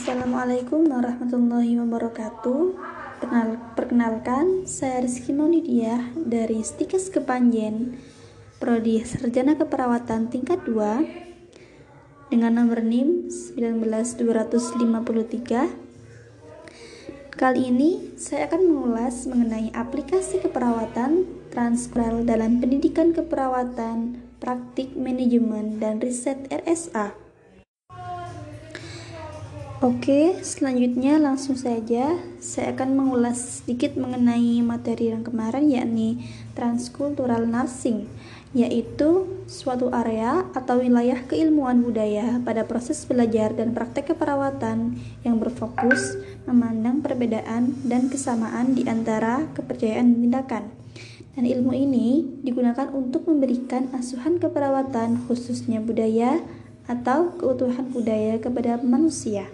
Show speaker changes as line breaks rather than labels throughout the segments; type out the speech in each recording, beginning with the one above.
Assalamualaikum warahmatullahi wabarakatuh. Perkenalkan, saya Rizky Maunidiah dari Stikes Kepanjen, Prodi Sarjana Keperawatan tingkat 2 dengan nomor NIM 19253. Kali ini saya akan mengulas mengenai aplikasi keperawatan transkursal dalam pendidikan keperawatan, praktik manajemen dan riset RSA. Oke, selanjutnya langsung saja saya akan mengulas sedikit mengenai materi yang kemarin, yakni transkultural nursing, yaitu suatu area atau wilayah keilmuan budaya pada proses belajar dan praktek keperawatan yang berfokus memandang perbedaan dan kesamaan di antara kepercayaan dan tindakan. Dan ilmu ini digunakan untuk memberikan asuhan keperawatan khususnya budaya atau keutuhan budaya kepada manusia.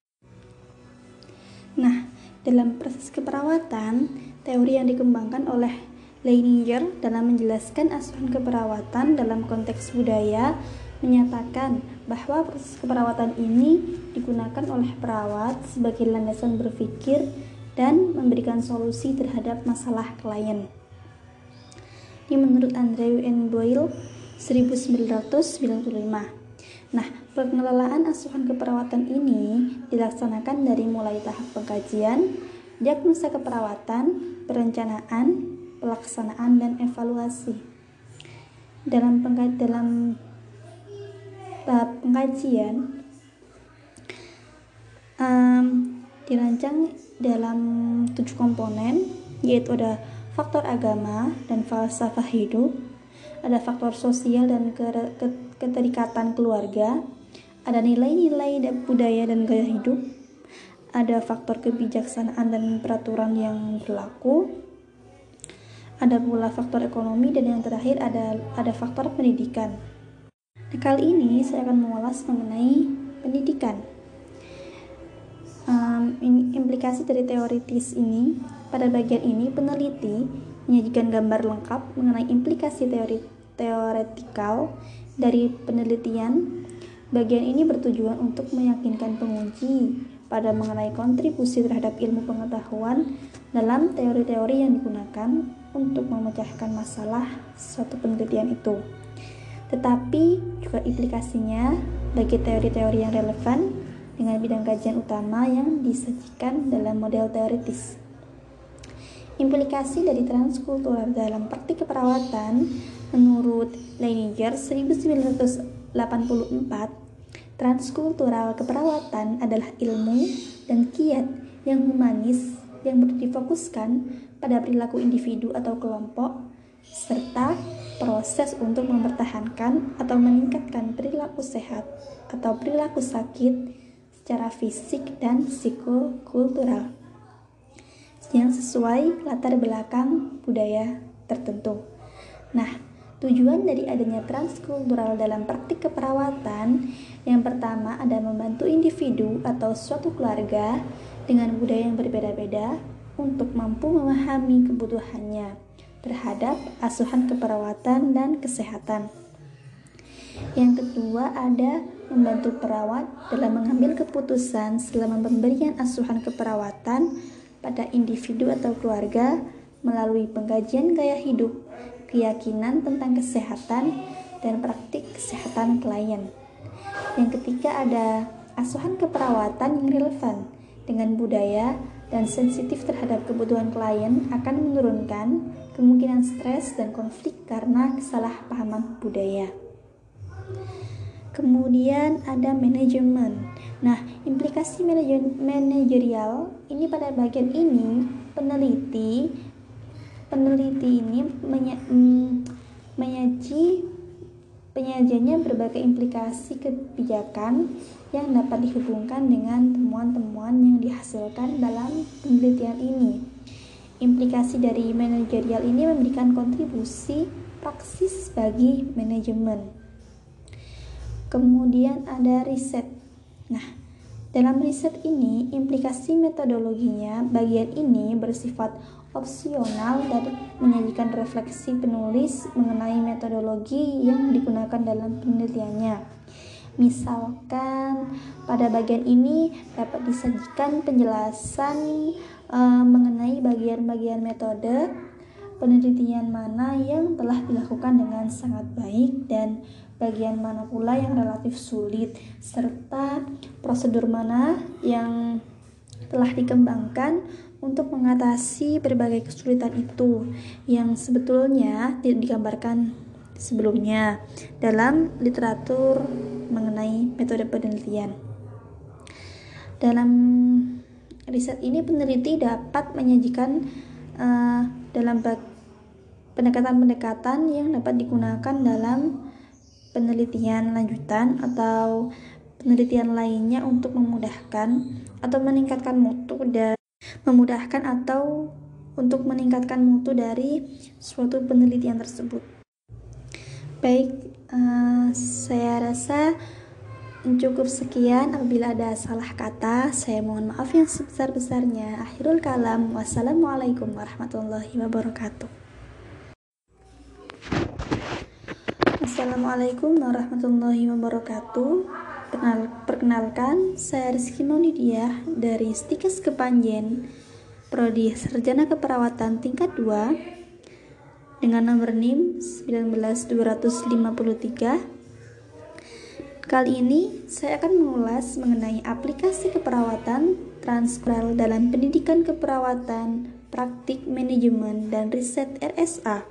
Nah, dalam proses keperawatan, teori yang dikembangkan oleh Leininger dalam menjelaskan asuhan keperawatan dalam konteks budaya menyatakan bahwa proses keperawatan ini digunakan oleh perawat sebagai landasan berpikir dan memberikan solusi terhadap masalah klien. Ini menurut Andrew N. Boyle 1995. Nah, pengelolaan asuhan keperawatan ini dilaksanakan dari mulai tahap pengkajian, diagnosa keperawatan, perencanaan, pelaksanaan, dan evaluasi. Dalam tahap pengkajian dirancang dalam 7 komponen, yaitu ada faktor agama dan falsafah hidup, ada faktor sosial dan keterikatan keluarga, ada nilai-nilai budaya dan gaya hidup, ada faktor kebijaksanaan dan peraturan yang berlaku, ada pula faktor ekonomi, dan yang terakhir ada faktor pendidikan. Nah, kali ini saya akan mengulas mengenai pendidikan. Implikasi dari teoritis ini. Pada bagian ini peneliti menyajikan gambar lengkap mengenai implikasi teoretikal dari penelitian. Bagian ini bertujuan untuk meyakinkan penguji pada mengenai kontribusi terhadap ilmu pengetahuan dalam teori-teori yang digunakan untuk memecahkan masalah suatu penelitian itu. Tetapi juga implikasinya bagi teori-teori yang relevan dengan bidang kajian utama yang disajikan dalam model teoritis. Implikasi dari transkultural dalam praktik keperawatan menurut Leininger 1984, transkultural keperawatan adalah ilmu dan kiat yang humanis yang difokuskan pada perilaku individu atau kelompok serta proses untuk mempertahankan atau meningkatkan perilaku sehat atau perilaku sakit secara fisik dan psikokultural yang sesuai latar belakang budaya tertentu. Nah, tujuan dari adanya transkultural dalam praktik keperawatan yang pertama ada membantu individu atau suatu keluarga dengan budaya yang berbeda-beda untuk mampu memahami kebutuhannya terhadap asuhan keperawatan dan kesehatan. Yang kedua ada membantu perawat dalam mengambil keputusan selama pemberian asuhan keperawatan pada individu atau keluarga melalui pengkajian gaya hidup, keyakinan tentang kesehatan, dan praktik kesehatan klien. Yang ketiga ada asuhan keperawatan yang relevan dengan budaya dan sensitif terhadap kebutuhan klien akan menurunkan kemungkinan stres dan konflik karena kesalahpahaman budaya. Kemudian ada manajemen. Nah, implikasi manajerial ini pada bagian ini peneliti ini penyajiannya berbagai implikasi kebijakan yang dapat dihubungkan dengan temuan-temuan yang dihasilkan dalam penelitian ini. Implikasi dari manajerial ini memberikan kontribusi praksis bagi manajemen. Kemudian ada riset. Nah, dalam riset ini implikasi metodologinya bagian ini bersifat opsional dan menyajikan refleksi penulis mengenai metodologi yang digunakan dalam penelitiannya. Misalkan pada bagian ini dapat disajikan penjelasan mengenai bagian-bagian metode penelitian mana yang telah dilakukan dengan sangat baik dan bagian mana pula yang relatif sulit, serta prosedur mana yang telah dikembangkan untuk mengatasi berbagai kesulitan itu yang sebetulnya tidak digambarkan sebelumnya dalam literatur mengenai metode penelitian. Dalam riset ini peneliti dapat menyajikan dalam pendekatan-pendekatan yang dapat digunakan dalam penelitian lanjutan atau penelitian lainnya untuk memudahkan atau meningkatkan mutu dari suatu penelitian tersebut. Baik, saya rasa cukup sekian. Apabila ada salah kata, saya mohon maaf yang sebesar-besarnya. Akhirul kalam. Wassalamualaikum warahmatullahi wabarakatuh. Assalamualaikum warahmatullahi wabarakatuh. Perkenalkan, saya Rizky Maulidiah dari Stikes Kepanjen, Prodi Sarjana Keperawatan tingkat 2 dengan nomor NIM 19253. Kali ini saya akan mengulas mengenai aplikasi keperawatan transkural dalam pendidikan keperawatan, praktik manajemen, dan riset RSA.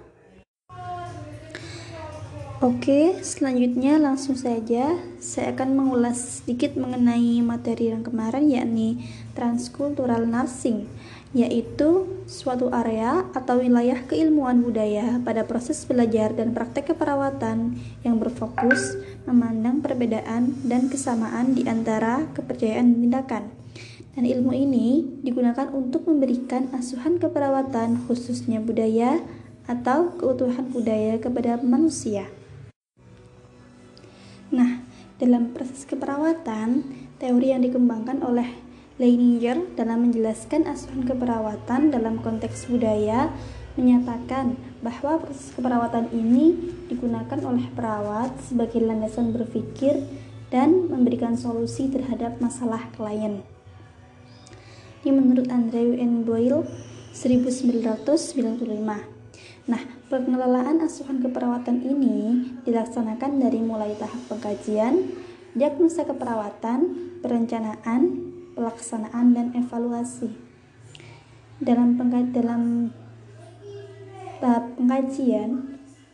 Oke, selanjutnya langsung saja saya akan mengulas sedikit mengenai materi yang kemarin, yakni transkultural nursing, yaitu suatu area atau wilayah keilmuan budaya pada proses belajar dan praktek keperawatan yang berfokus memandang perbedaan dan kesamaan di antara kepercayaan dan tindakan. Dan ilmu ini digunakan untuk memberikan asuhan keperawatan khususnya budaya atau keutuhan budaya kepada manusia. Nah, dalam proses keperawatan, teori yang dikembangkan oleh Leininger dalam menjelaskan asuhan keperawatan dalam konteks budaya menyatakan bahwa proses keperawatan ini digunakan oleh perawat sebagai landasan berpikir dan memberikan solusi terhadap masalah klien. Ini menurut Andrew N. Boyle 1995. Nah, pengelolaan asuhan keperawatan ini dilaksanakan dari mulai tahap pengkajian, diagnosa keperawatan, perencanaan, pelaksanaan, dan evaluasi. Dalam tahap pengkajian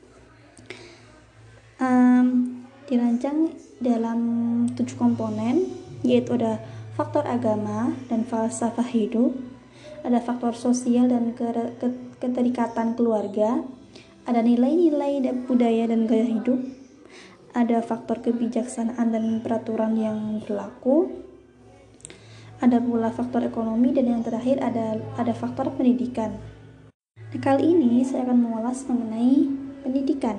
dirancang dalam 7 komponen, yaitu ada faktor agama dan falsafah hidup, ada faktor sosial dan keterikatan keluarga, ada nilai-nilai budaya dan gaya hidup, ada faktor kebijaksanaan dan peraturan yang berlaku, ada pula faktor ekonomi, dan yang terakhir ada faktor pendidikan. Nah, kali ini saya akan mengulas mengenai pendidikan.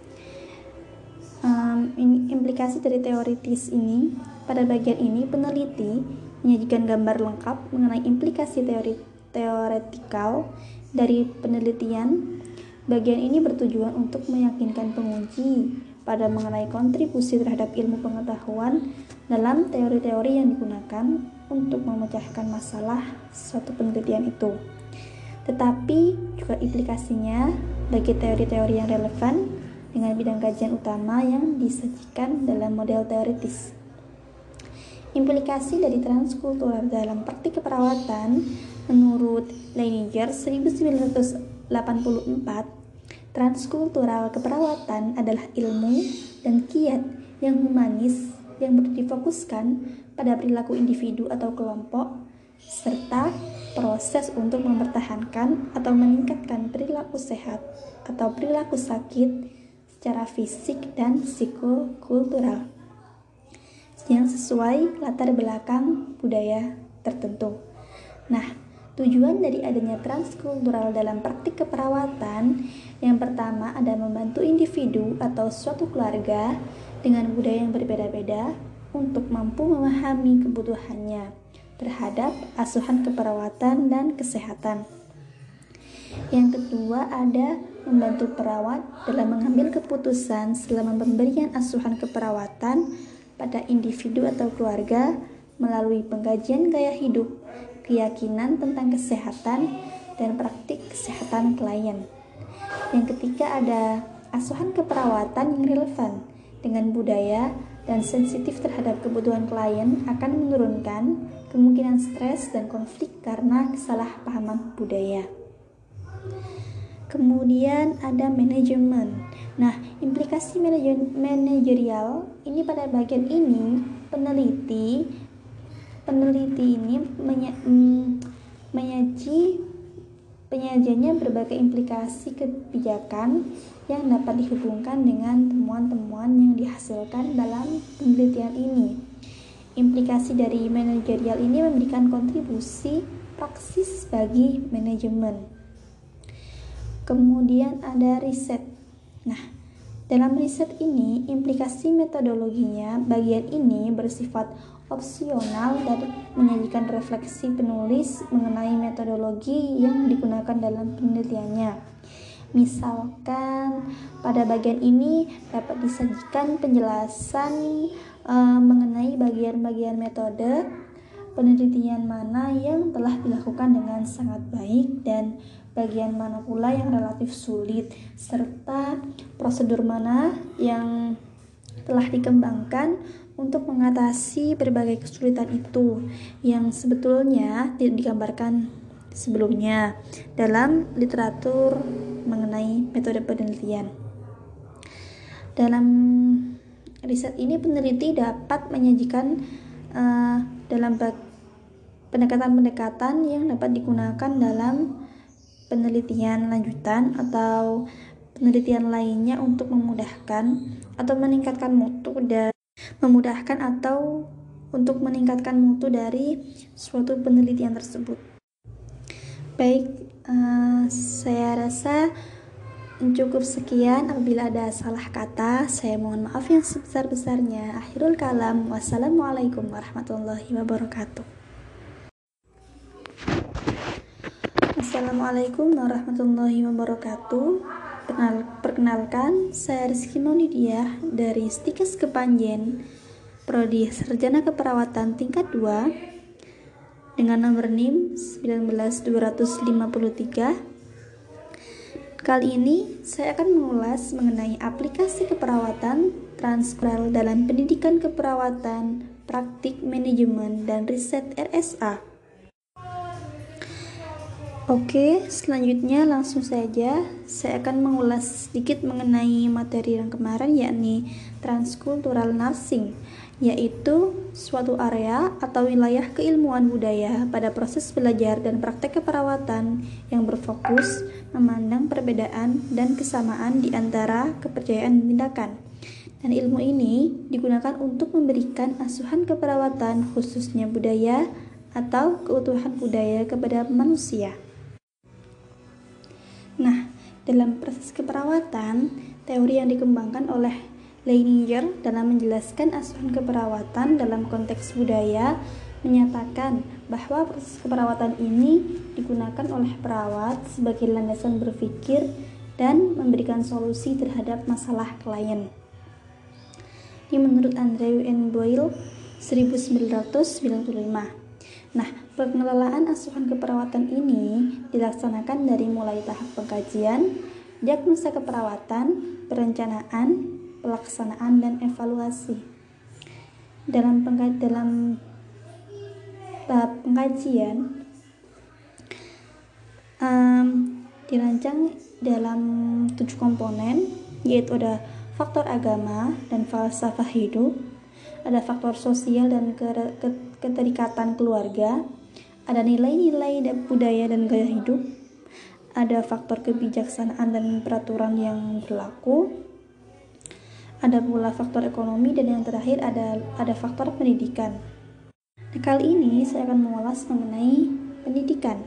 Implikasi dari teoritis ini. Pada bagian ini peneliti menyajikan gambar lengkap mengenai implikasi teoretikal dari penelitian. Bagian ini bertujuan untuk meyakinkan penguji pada mengenai kontribusi terhadap ilmu pengetahuan dalam teori-teori yang digunakan untuk memecahkan masalah suatu penelitian itu, tetapi juga implikasinya bagi teori-teori yang relevan dengan bidang kajian utama yang disajikan dalam model teoritis. Implikasi dari transkultural dalam praktik keperawatan menurut Leininger 1984, transkultural keperawatan adalah ilmu dan kiat yang humanis yang difokuskan pada perilaku individu atau kelompok serta proses untuk mempertahankan atau meningkatkan perilaku sehat atau perilaku sakit secara fisik dan psikokultural yang sesuai latar belakang budaya tertentu. Nah, tujuan dari adanya transkultural dalam praktik keperawatan yang pertama ada membantu individu atau suatu keluarga dengan budaya yang berbeda-beda untuk mampu memahami kebutuhannya terhadap asuhan keperawatan dan kesehatan. Yang kedua ada membantu perawat dalam mengambil keputusan selama pemberian asuhan keperawatan pada individu atau keluarga melalui pengkajian gaya hidup, keyakinan tentang kesehatan, dan praktik kesehatan klien. Yang ketiga ada asuhan keperawatan yang relevan dengan budaya dan sensitif terhadap kebutuhan klien akan menurunkan kemungkinan stres dan konflik karena kesalahpahaman budaya. Kemudian ada manajemen. Nah, implikasi manajerial ini pada bagian ini peneliti ini penyajiannya berbagai implikasi kebijakan yang dapat dihubungkan dengan temuan-temuan yang dihasilkan dalam penelitian ini. Implikasi dari manajerial ini memberikan kontribusi praksis bagi manajemen. Kemudian ada riset. Nah, dalam riset ini, implikasi metodologinya bagian ini bersifat opsional dan menyajikan refleksi penulis mengenai metodologi yang digunakan dalam penelitiannya. Misalkan, pada bagian ini dapat disajikan penjelasan mengenai bagian-bagian metode penelitian mana yang telah dilakukan dengan sangat baik dan bagian mana pula yang relatif sulit, serta prosedur mana yang telah dikembangkan untuk mengatasi berbagai kesulitan itu yang sebetulnya tidak digambarkan sebelumnya dalam literatur mengenai metode penelitian. Dalam riset ini peneliti dapat menyajikan dalam pendekatan-pendekatan yang dapat digunakan dalam penelitian lanjutan atau penelitian lainnya untuk memudahkan atau meningkatkan mutu dari suatu penelitian tersebut. Baik, saya rasa cukup sekian. Apabila ada salah kata, saya mohon maaf yang sebesar-besarnya. Akhirul kalam. Wassalamualaikum warahmatullahi wabarakatuh. Assalamualaikum warahmatullahi wabarakatuh. Perkenalkan, saya Rizky Maunidiah dari Stikes Kepanjen, Prodi Sarjana Keperawatan tingkat 2 dengan nomor NIM 19253. Kali ini saya akan mengulas mengenai aplikasi keperawatan transkultural dalam pendidikan keperawatan, praktik manajemen dan riset RSA. Oke, selanjutnya langsung saja saya akan mengulas sedikit mengenai materi yang kemarin, yakni transkultural nursing, yaitu suatu area atau wilayah keilmuan budaya pada proses belajar dan praktek keperawatan yang berfokus memandang perbedaan dan kesamaan di antara kepercayaan dan tindakan. Dan ilmu ini digunakan untuk memberikan asuhan keperawatan khususnya budaya atau keutuhan budaya kepada manusia. Nah, dalam proses keperawatan, teori yang dikembangkan oleh Leininger dalam menjelaskan asuhan keperawatan dalam konteks budaya menyatakan bahwa proses keperawatan ini digunakan oleh perawat sebagai landasan berpikir dan memberikan solusi terhadap masalah klien. Ini menurut Andrew N. Boyle 1995. Nah, pengelolaan asuhan keperawatan ini dilaksanakan dari mulai tahap pengkajian, diagnosa keperawatan, perencanaan, pelaksanaan, dan evaluasi. Dalam tahap pengkajian dirancang dalam 7 komponen, yaitu ada faktor agama dan falsafah hidup, ada faktor sosial dan keterikatan keluarga, ada nilai-nilai budaya dan gaya hidup, ada faktor kebijaksanaan dan peraturan yang berlaku, ada pula faktor ekonomi, dan yang terakhir ada faktor pendidikan. Nah, kali ini saya akan mengulas mengenai pendidikan.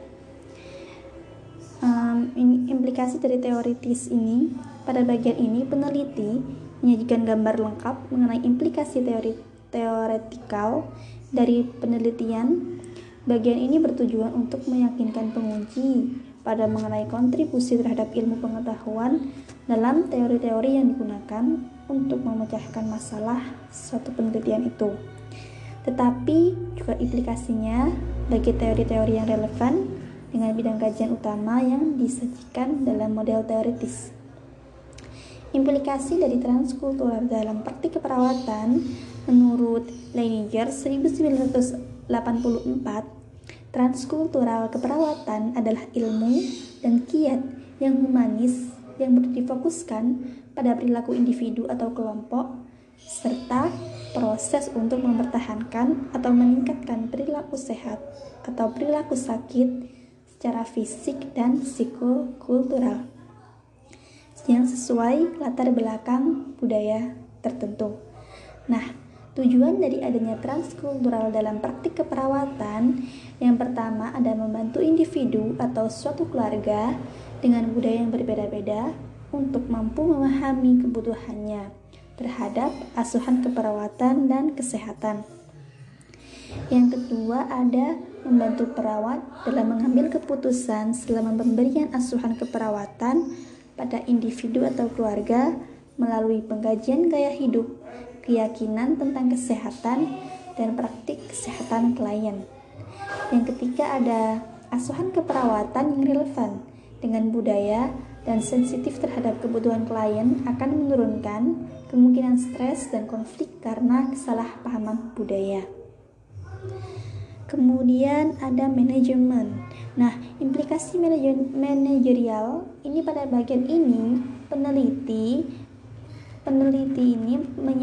Implikasi dari teoritis ini, pada bagian ini peneliti menyajikan gambar lengkap mengenai implikasi teoretikal dari penelitian. Bagian ini bertujuan untuk meyakinkan penguji mengenai kontribusi terhadap ilmu pengetahuan dalam teori-teori yang digunakan untuk memecahkan masalah suatu penelitian itu, tetapi juga implikasinya bagi teori-teori yang relevan dengan bidang kajian utama yang disajikan dalam model teoritis. Implikasi dari transkultural dalam praktik keperawatan menurut Leininger 1984, transkultural keperawatan adalah ilmu dan kiat yang humanis yang difokuskan pada perilaku individu atau kelompok serta proses untuk mempertahankan atau meningkatkan perilaku sehat atau perilaku sakit secara fisik dan psikokultural yang sesuai latar belakang budaya tertentu. Nah, tujuan dari adanya transkultural dalam praktik keperawatan yang pertama adalah membantu individu atau suatu keluarga dengan budaya yang berbeda-beda untuk mampu memahami kebutuhannya terhadap asuhan keperawatan dan kesehatan. Yang kedua ada membantu perawat dalam mengambil keputusan selama pemberian asuhan keperawatan pada individu atau keluarga melalui pengkajian gaya hidup, keyakinan tentang kesehatan, dan praktik kesehatan klien. Yang ketiga ada asuhan keperawatan yang relevan dengan budaya dan sensitif terhadap kebutuhan klien akan menurunkan kemungkinan stres dan konflik karena kesalahpahaman budaya. Kemudian ada manajemen. Nah, implikasi manajerial ini pada bagian ini peneliti ini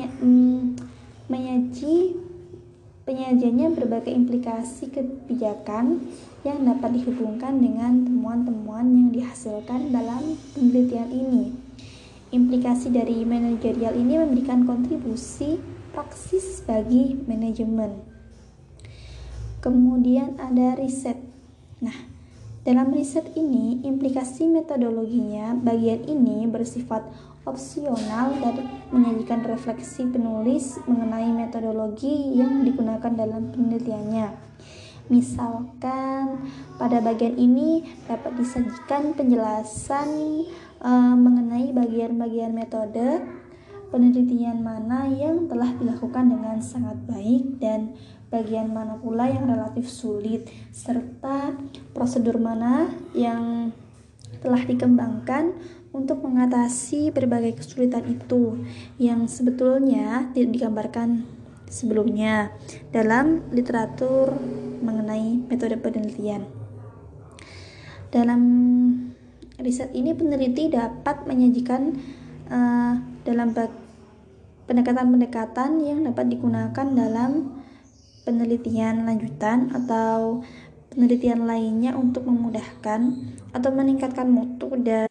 penyajiannya berbagai implikasi kebijakan yang dapat dihubungkan dengan temuan-temuan yang dihasilkan dalam penelitian ini. Implikasi dari manajerial ini memberikan kontribusi praksis bagi manajemen. Kemudian ada riset. Nah, dalam riset ini, implikasi metodologinya bagian ini bersifat opsional dan menyajikan refleksi penulis mengenai metodologi yang digunakan dalam penelitiannya. Misalkan, pada bagian ini dapat disajikan penjelasan mengenai bagian-bagian metode penelitian mana yang telah dilakukan dengan sangat baik dan bagian mana pula yang relatif sulit, serta prosedur mana yang telah dikembangkan untuk mengatasi berbagai kesulitan itu yang sebetulnya tidak digambarkan sebelumnya dalam literatur mengenai metode penelitian. Dalam riset ini peneliti dapat menyajikan dalam pendekatan-pendekatan yang dapat digunakan dalam penelitian lanjutan atau penelitian lainnya untuk memudahkan atau meningkatkan mutu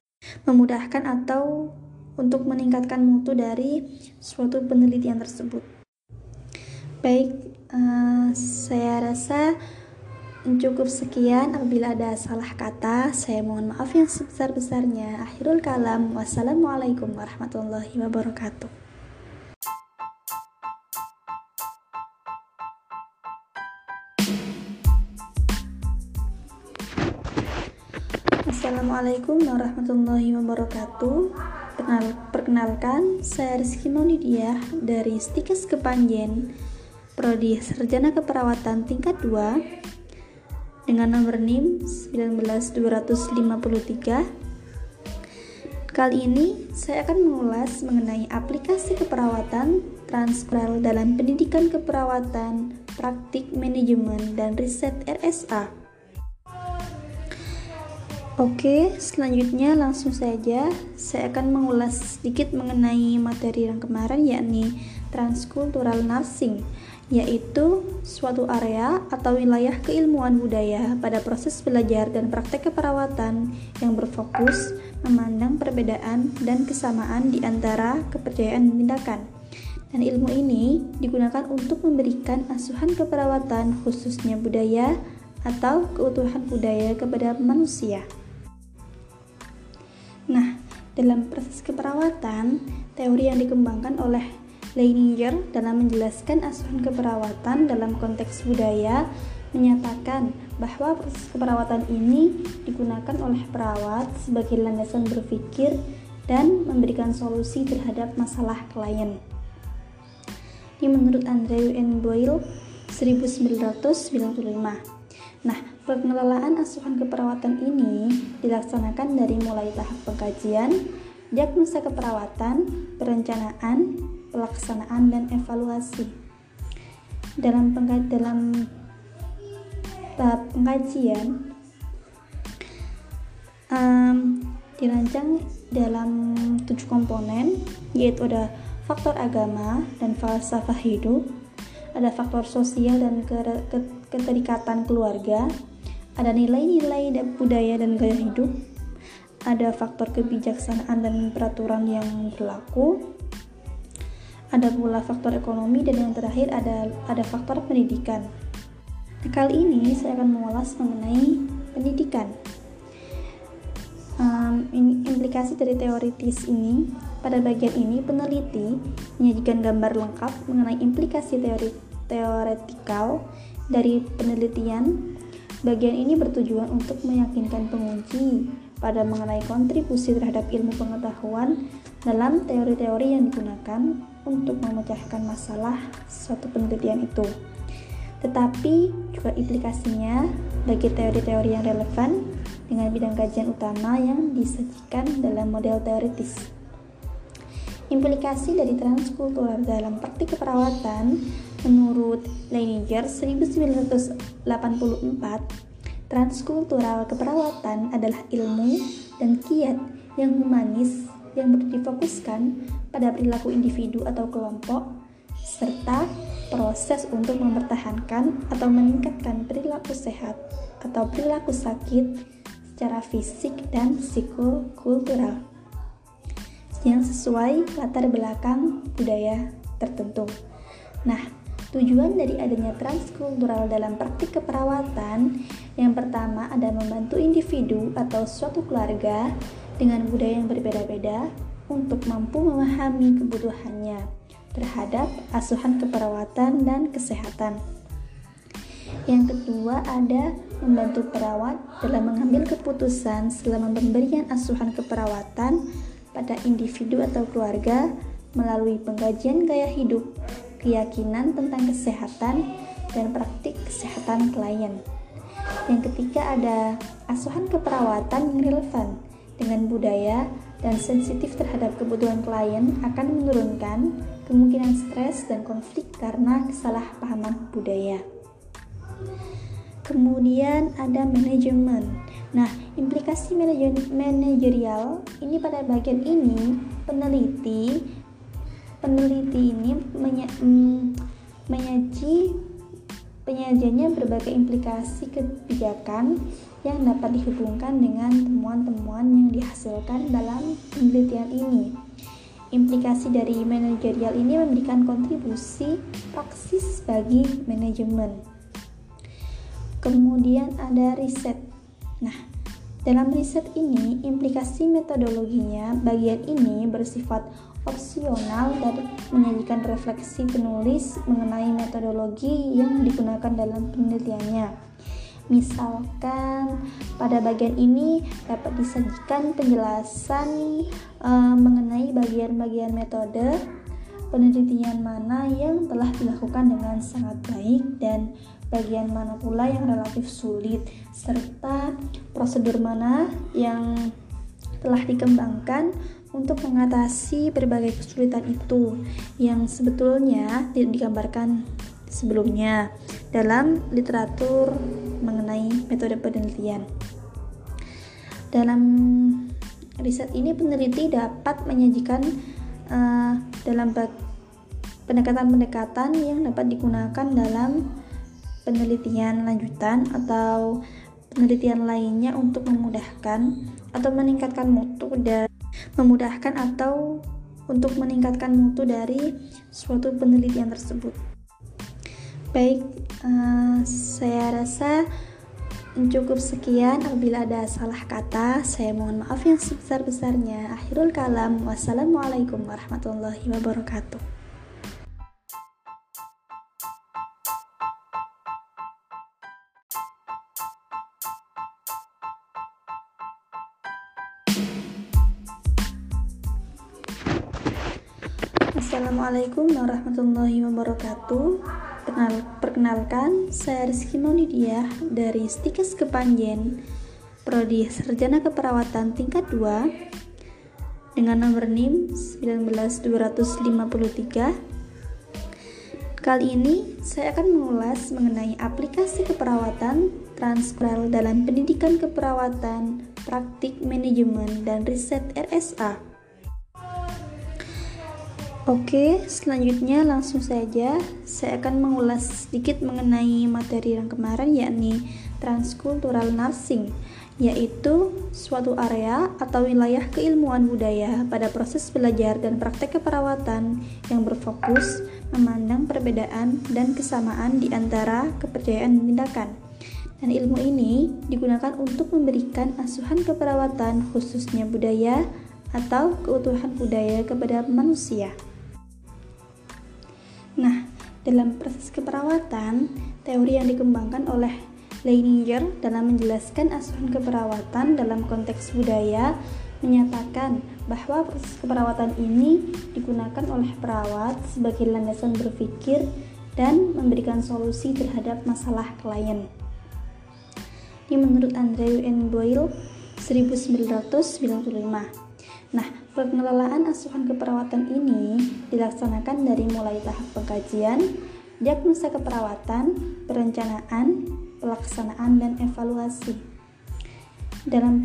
dari suatu penelitian tersebut. Baik, saya rasa cukup sekian. Apabila ada salah kata, saya mohon maaf yang sebesar-besarnya. Akhirul kalam. Wassalamualaikum warahmatullahi wabarakatuh. Assalamualaikum warahmatullahi wabarakatuh. Perkenalkan, saya Rizky Maulidiah dari Stikes Kepanjen, Prodi Sarjana Keperawatan tingkat 2 dengan nomor NIM 19253. Kali ini saya akan mengulas mengenai aplikasi keperawatan transkultural dalam pendidikan keperawatan, praktik manajemen, dan riset RSA. Oke, selanjutnya langsung saja saya akan mengulas sedikit mengenai materi yang kemarin, yakni transkultural nursing, yaitu suatu area atau wilayah keilmuan budaya pada proses belajar dan praktek keperawatan yang berfokus memandang perbedaan dan kesamaan di antara kepercayaan dan tindakan. Dan ilmu ini digunakan untuk memberikan asuhan keperawatan khususnya budaya atau keutuhan budaya kepada manusia. Nah, dalam proses keperawatan, teori yang dikembangkan oleh Leininger dalam menjelaskan asuhan keperawatan dalam konteks budaya menyatakan bahwa proses keperawatan ini digunakan oleh perawat sebagai landasan berpikir dan memberikan solusi terhadap masalah klien. Ini menurut Andrew N. Boyle 1995. Nah, pengelolaan asuhan keperawatan ini dilaksanakan dari mulai tahap pengkajian, diagnosa keperawatan, perencanaan, pelaksanaan, dan evaluasi. Dalam tahap pengkajian dirancang dalam 7 komponen, yaitu ada faktor agama dan falsafah hidup, ada faktor sosial dan keterikatan keluarga, ada nilai-nilai budaya dan gaya hidup, ada faktor kebijaksanaan dan peraturan yang berlaku, ada pula faktor ekonomi, dan yang terakhir ada faktor pendidikan. Nah, kali ini saya akan mengulas mengenai pendidikan. Implikasi dari teoritis ini. Pada bagian ini, peneliti menyajikan gambar lengkap mengenai implikasi teoretikal dari penelitian. Bagian ini bertujuan untuk meyakinkan penguji pada mengenai kontribusi terhadap ilmu pengetahuan dalam teori-teori yang digunakan untuk memecahkan masalah suatu penelitian itu, tetapi juga implikasinya bagi teori-teori yang relevan dengan bidang kajian utama yang disajikan dalam model teoritis. Implikasi dari transkultural dalam praktik keperawatan menurut Leininger 1984, transkultural keperawatan adalah ilmu dan kiat yang humanis yang difokuskan pada perilaku individu atau kelompok serta proses untuk mempertahankan atau meningkatkan perilaku sehat atau perilaku sakit secara fisik dan psikokultural yang sesuai latar belakang budaya tertentu. Nah, tujuan dari adanya transkultural dalam praktik keperawatan yang pertama ada membantu individu atau suatu keluarga dengan budaya yang berbeda-beda untuk mampu memahami kebutuhannya terhadap asuhan keperawatan dan kesehatan. Yang kedua ada membantu perawat dalam mengambil keputusan selama pemberian asuhan keperawatan pada individu atau keluarga melalui pengkajian gaya hidup, keyakinan tentang kesehatan, dan praktik kesehatan klien. Yang ketiga ada asuhan keperawatan yang relevan dengan budaya dan sensitif terhadap kebutuhan klien akan menurunkan kemungkinan stres dan konflik karena kesalahpahaman budaya. Kemudian ada manajemen. Nah, implikasi manajerial ini pada bagian ini peneliti ini penyajiannya berbagai implikasi kebijakan yang dapat dihubungkan dengan temuan-temuan yang dihasilkan dalam penelitian ini. Implikasi dari manajerial ini memberikan kontribusi praksis bagi manajemen. Kemudian ada riset. Nah, dalam riset ini, implikasi metodologinya bagian ini bersifat opsional dan menyajikan refleksi penulis mengenai metodologi yang digunakan dalam penelitiannya. Misalkan, pada bagian ini dapat disajikan penjelasan mengenai bagian-bagian metode penelitian mana yang telah dilakukan dengan sangat baik dan bagian mana pula yang relatif sulit, serta prosedur mana yang telah dikembangkan untuk mengatasi berbagai kesulitan itu yang sebetulnya tidak digambarkan sebelumnya dalam literatur mengenai metode penelitian. Dalam riset ini peneliti dapat menyajikan dalam pendekatan-pendekatan yang dapat digunakan dalam penelitian lanjutan atau penelitian lainnya untuk memudahkan atau meningkatkan mutu dari suatu penelitian tersebut. Baik, saya rasa cukup sekian. Apabila ada salah kata, saya mohon maaf yang sebesar-besarnya. Akhirul kalam. Wassalamualaikum warahmatullahi wabarakatuh. Assalamualaikum warahmatullahi wabarakatuh. Perkenalkan, saya Rizky Maulidiah dari Stikes Kepanjen, Prodi Sarjana Keperawatan tingkat 2 dengan nomor NIM 19253. Kali ini saya akan mengulas mengenai aplikasi keperawatan transkural dalam pendidikan keperawatan, praktik manajemen dan riset RSA. Oke, selanjutnya langsung saja saya akan mengulas sedikit mengenai materi yang kemarin, yakni transkultural nursing, yaitu suatu area atau wilayah keilmuan budaya pada proses belajar dan praktek keperawatan yang berfokus memandang perbedaan dan kesamaan di antara kepercayaan dan tindakan. Dan ilmu ini digunakan untuk memberikan asuhan keperawatan khususnya budaya atau keutuhan budaya kepada manusia. Nah, dalam proses keperawatan, teori yang dikembangkan oleh Leininger dalam menjelaskan asuhan keperawatan dalam konteks budaya menyatakan bahwa proses keperawatan ini digunakan oleh perawat sebagai landasan berpikir dan memberikan solusi terhadap masalah klien. Ini menurut Andrew N. Boyle 1995. Nah, pengelolaan asuhan keperawatan ini dilaksanakan dari mulai tahap pengkajian, diagnosa keperawatan, perencanaan, pelaksanaan, dan evaluasi. Dalam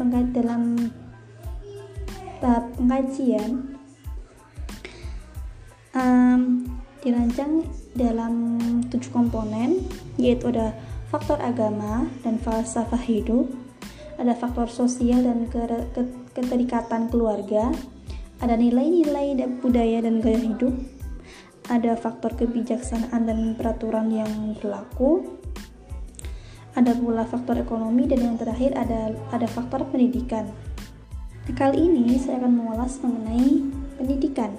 tahap pengkajian dirancang dalam 7 komponen, yaitu ada faktor agama dan falsafah hidup, ada faktor sosial dan keterikatan keluarga, ada nilai-nilai budaya dan gaya hidup, ada faktor kebijaksanaan dan peraturan yang berlaku, ada pula faktor ekonomi, dan yang terakhir ada faktor pendidikan. Nah, kali ini saya akan mengulas mengenai pendidikan.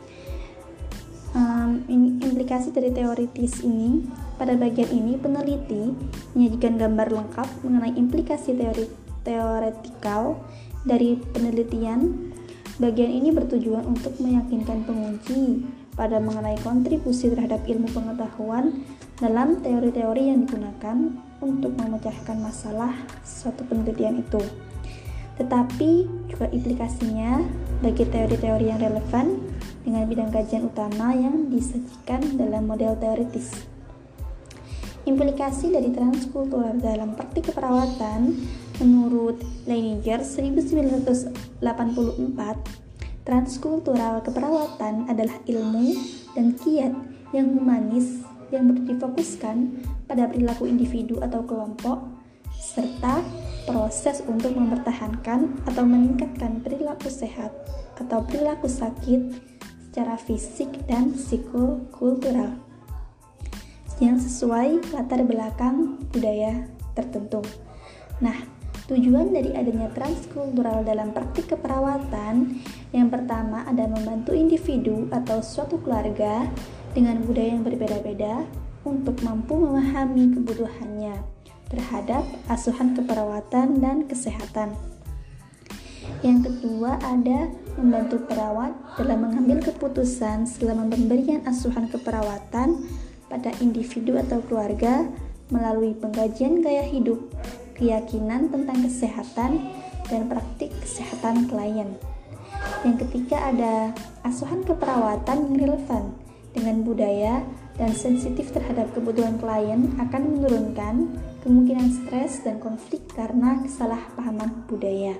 Implikasi dari teoritis ini. Pada bagian ini, peneliti menyajikan gambar lengkap mengenai implikasi teoretikal dari penelitian. Bagian ini bertujuan untuk meyakinkan penguji pada mengenai kontribusi terhadap ilmu pengetahuan dalam teori-teori yang digunakan untuk memecahkan masalah suatu penelitian itu. Tetapi juga implikasinya bagi teori-teori yang relevan dengan bidang kajian utama yang disajikan dalam model teoritis. Implikasi dari transkultural dalam praktik keperawatan menurut Leininger 1984, transkultural keperawatan adalah ilmu dan kiat yang humanis yang difokuskan pada perilaku individu atau kelompok serta proses untuk mempertahankan atau meningkatkan perilaku sehat atau perilaku sakit secara fisik dan psikokultural yang sesuai latar belakang budaya tertentu. Nah, tujuan dari adanya transkultural dalam praktik keperawatan yang pertama ada membantu individu atau suatu keluarga dengan budaya yang berbeda-beda untuk mampu memahami kebutuhannya terhadap asuhan keperawatan dan kesehatan. Yang kedua ada membantu perawat dalam mengambil keputusan selama pemberian asuhan keperawatan pada individu atau keluarga melalui pengkajian gaya hidup, keyakinan tentang kesehatan, dan praktik kesehatan klien. Yang ketiga ada asuhan keperawatan yang relevan dengan budaya dan sensitif terhadap kebutuhan klien akan menurunkan kemungkinan stres dan konflik karena kesalahpahaman budaya.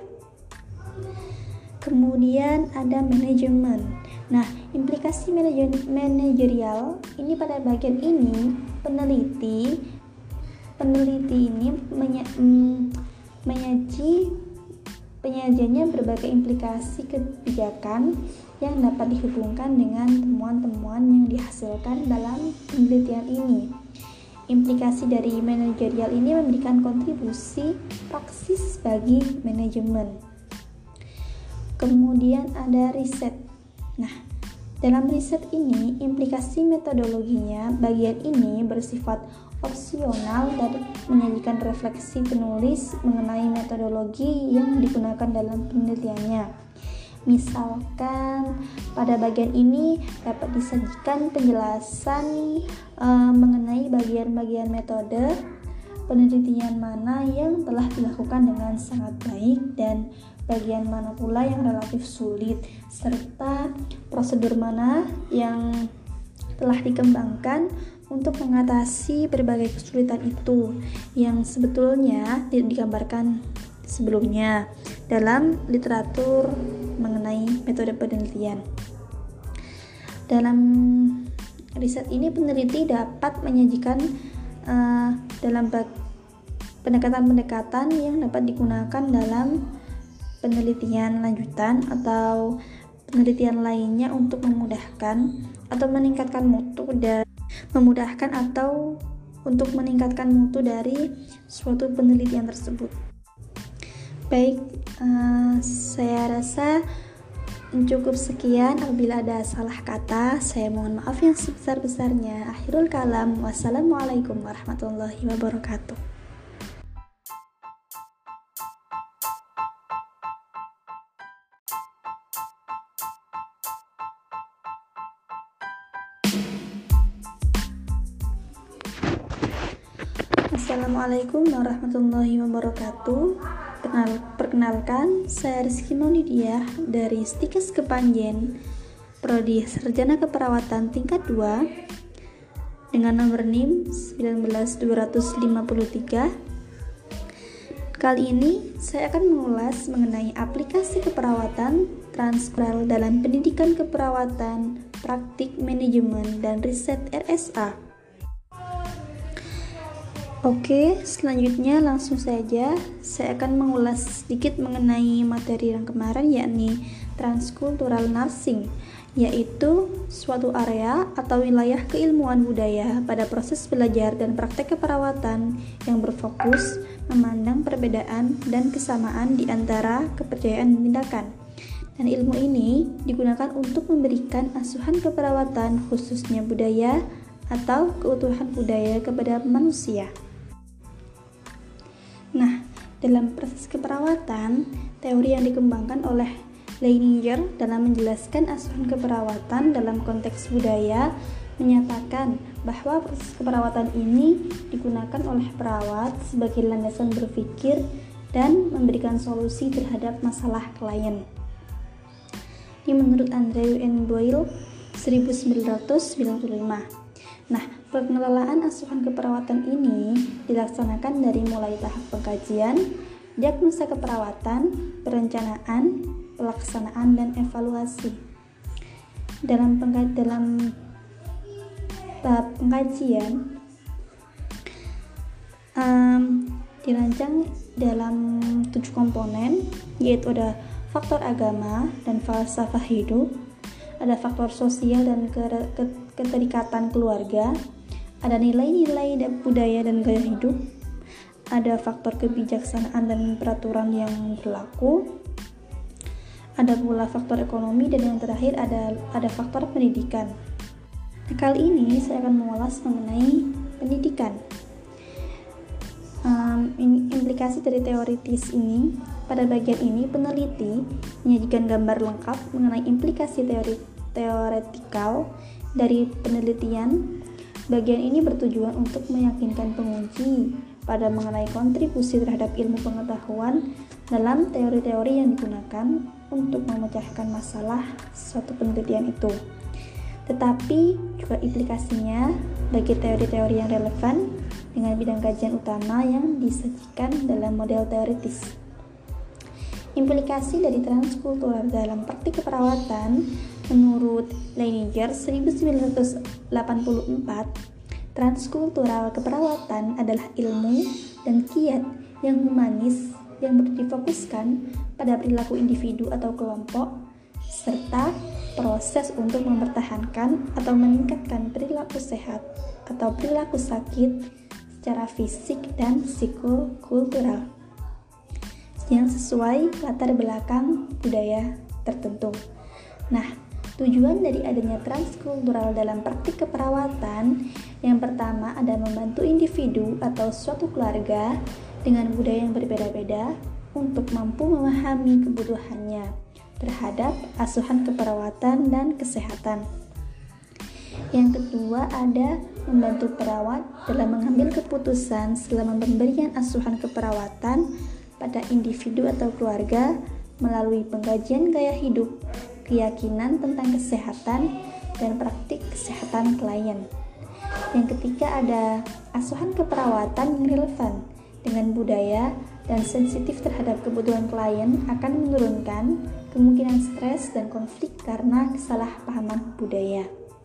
Kemudian ada manajemen. Nah, implikasi manajerial ini pada bagian ini peneliti ini penyajiannya berbagai implikasi kebijakan yang dapat dihubungkan dengan temuan-temuan yang dihasilkan dalam penelitian ini. Implikasi dari manajerial ini memberikan kontribusi praksis bagi manajemen. Kemudian ada riset. Nah, dalam riset ini, implikasi metodologinya bagian ini bersifat opsional dan menyajikan refleksi penulis mengenai metodologi yang digunakan dalam penelitiannya. Misalkan pada bagian ini dapat disajikan penjelasan mengenai bagian-bagian metode penelitian mana yang telah dilakukan dengan sangat baik dan bagian mana pula yang relatif sulit, serta prosedur mana yang telah dikembangkan untuk mengatasi berbagai kesulitan itu yang sebetulnya tidak digambarkan sebelumnya dalam literatur mengenai metode penelitian. Dalam riset ini peneliti dapat menyajikan dalam pendekatan-pendekatan yang dapat digunakan dalam penelitian lanjutan atau penelitian lainnya untuk memudahkan atau meningkatkan mutu dari suatu penelitian tersebut. Baik, saya rasa cukup sekian. Apabila ada salah kata, saya mohon maaf yang sebesar-besarnya. Akhirul kalam. Wassalamualaikum warahmatullahi wabarakatuh. Assalamualaikum warahmatullahi wabarakatuh. Perkenalkan, saya Rizky Maulidiah dari Stikes Kepanjen, Prodi Sarjana Keperawatan tingkat 2 dengan nomor NIM 19253. Kali ini saya akan mengulas mengenai aplikasi keperawatan transkursal dalam pendidikan keperawatan, praktik manajemen dan riset RSA. Oke, selanjutnya langsung saja saya akan mengulas sedikit mengenai materi yang kemarin, yakni transkultural nursing, yaitu suatu area atau wilayah keilmuan budaya pada proses belajar dan praktek keperawatan yang berfokus memandang perbedaan dan kesamaan di antara kepercayaan dan tindakan. Dan ilmu ini digunakan untuk memberikan asuhan keperawatan khususnya budaya atau keutuhan budaya kepada manusia. Nah, dalam proses keperawatan, teori yang dikembangkan oleh Leininger dalam menjelaskan asuhan keperawatan dalam konteks budaya menyatakan bahwa proses keperawatan ini digunakan oleh perawat sebagai landasan berpikir dan memberikan solusi terhadap masalah klien. Ini menurut Andrew N. Boyle 1995. Nah, pengelolaan asuhan keperawatan ini dilaksanakan dari mulai tahap pengkajian, diagnosa keperawatan, perencanaan, pelaksanaan, dan evaluasi. Dalam tahap pengkajian dirancang dalam 7 komponen, yaitu ada faktor agama dan falsafah hidup, ada faktor sosial dan keterikatan keluarga, ada nilai-nilai budaya dan gaya hidup, ada faktor kebijaksanaan dan peraturan yang berlaku, ada pula faktor ekonomi, dan yang terakhir ada faktor pendidikan. Nah, kali ini saya akan mengulas mengenai pendidikan. Implikasi dari teoritis ini. Pada bagian ini peneliti menyajikan gambar lengkap mengenai implikasi teoretikal dari penelitian. Bagian ini bertujuan untuk meyakinkan penguji pada mengenai kontribusi terhadap ilmu pengetahuan dalam teori-teori yang digunakan untuk memecahkan masalah suatu penelitian itu, tetapi juga implikasinya bagi teori-teori yang relevan dengan bidang kajian utama yang disajikan dalam model teoritis. Implikasi dari transkultural dalam praktik keperawatan menurut Leininger 1984, transkultural keperawatan adalah ilmu dan kiat yang humanis yang difokuskan pada perilaku individu atau kelompok serta proses untuk mempertahankan atau meningkatkan perilaku sehat atau perilaku sakit secara fisik dan psikokultural yang sesuai latar belakang budaya tertentu. Nah, tujuan dari adanya transkultural dalam praktik keperawatan yang pertama adalah membantu individu atau suatu keluarga dengan budaya yang berbeda-beda untuk mampu memahami kebutuhannya, terhadap asuhan keperawatan dan kesehatan. Yang kedua, ada membantu perawat dalam mengambil keputusan selama pemberian asuhan keperawatan pada individu atau keluarga melalui pengkajian gaya hidup, keyakinan tentang kesehatan, dan praktik kesehatan klien. Yang ketiga, ada asuhan keperawatan yang relevan dengan budaya dan sensitif terhadap kebutuhan klien akan menurunkan kemungkinan stres dan konflik karena kesalahpahaman budaya.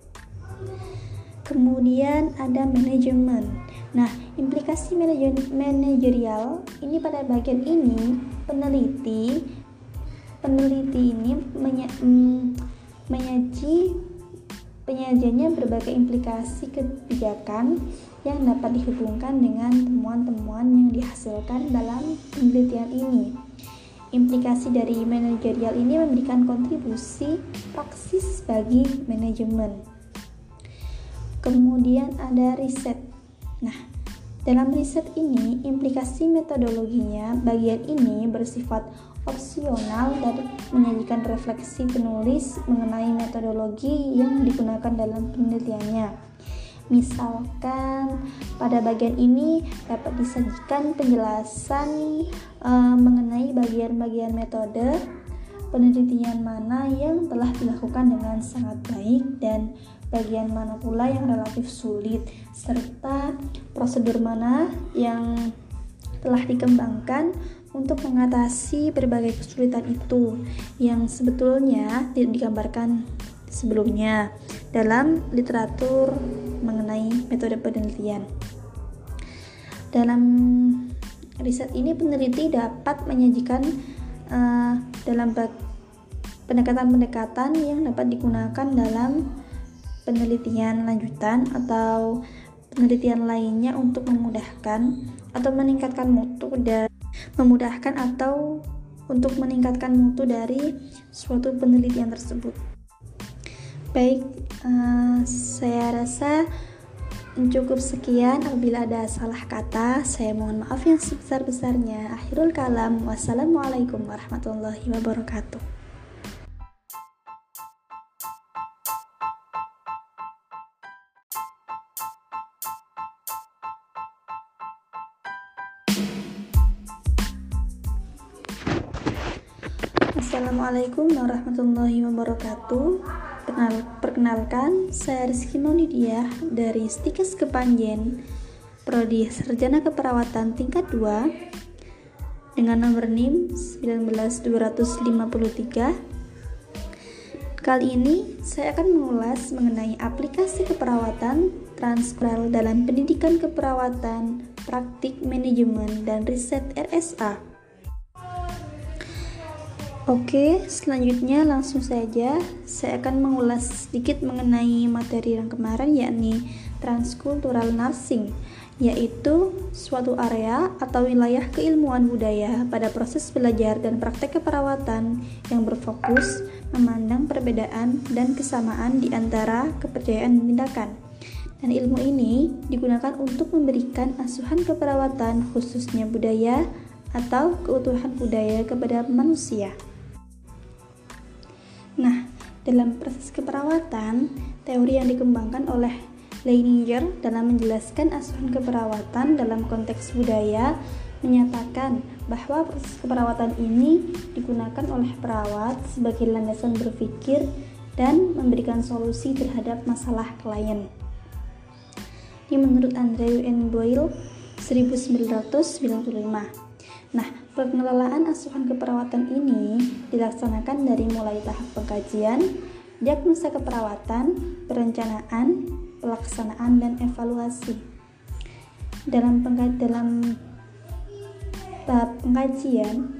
Kemudian ada manajemen. Nah, implikasi manajerial ini pada bagian ini peneliti ini penyajiannya berbagai implikasi kebijakan yang dapat dihubungkan dengan temuan-temuan yang dihasilkan dalam penelitian ini. Implikasi dari manajerial ini memberikan kontribusi praksis bagi manajemen. Kemudian ada riset. Nah, dalam riset ini, implikasi metodologinya bagian ini bersifat opsional dan menyajikan refleksi penulis mengenai metodologi yang digunakan dalam penelitiannya. Misalkan, pada bagian ini dapat disajikan penjelasan mengenai bagian-bagian metode penelitian mana yang telah dilakukan dengan sangat baik dan bagian mana pula yang relatif sulit, serta prosedur mana yang telah dikembangkan untuk mengatasi berbagai kesulitan itu yang sebetulnya tidak digambarkan sebelumnya dalam literatur mengenai metode penelitian. Dalam riset ini peneliti dapat menyajikan dalam pendekatan-pendekatan yang dapat digunakan dalam penelitian lanjutan atau penelitian lainnya untuk memudahkan atau meningkatkan mutu dari suatu penelitian tersebut. Baik, saya rasa cukup sekian. Apabila ada salah kata, saya mohon maaf yang sebesar-besarnya. Akhirul kalam. Wassalamualaikum warahmatullahi wabarakatuh. Assalamualaikum warahmatullahi wabarakatuh. Perkenalkan, saya Rizky Maunidiah dari Stikes Kepanjen, Prodi Sarjana Keperawatan tingkat 2 dengan nomor NIM 19253. Kali ini saya akan mengulas mengenai aplikasi keperawatan transkursal dalam pendidikan keperawatan, praktik manajemen dan riset RSA. Oke, selanjutnya langsung saja saya akan mengulas sedikit mengenai materi yang kemarin, yakni transkultural nursing, yaitu suatu area atau wilayah keilmuan budaya pada proses belajar dan praktek keperawatan yang berfokus memandang perbedaan dan kesamaan di antara kepercayaan dan tindakan. Dan ilmu ini digunakan untuk memberikan asuhan keperawatan khususnya budaya atau keutuhan budaya kepada manusia. Nah, dalam proses keperawatan, teori yang dikembangkan oleh Leininger dalam menjelaskan asuhan keperawatan dalam konteks budaya menyatakan bahwa proses keperawatan ini digunakan oleh perawat sebagai landasan berpikir dan memberikan solusi terhadap masalah klien. Ini menurut Andrew N. Boyle 1995. Nah, pengelolaan asuhan keperawatan ini dilaksanakan dari mulai tahap pengkajian, diagnosa keperawatan, perencanaan, pelaksanaan, dan evaluasi. Dalam tahap pengkajian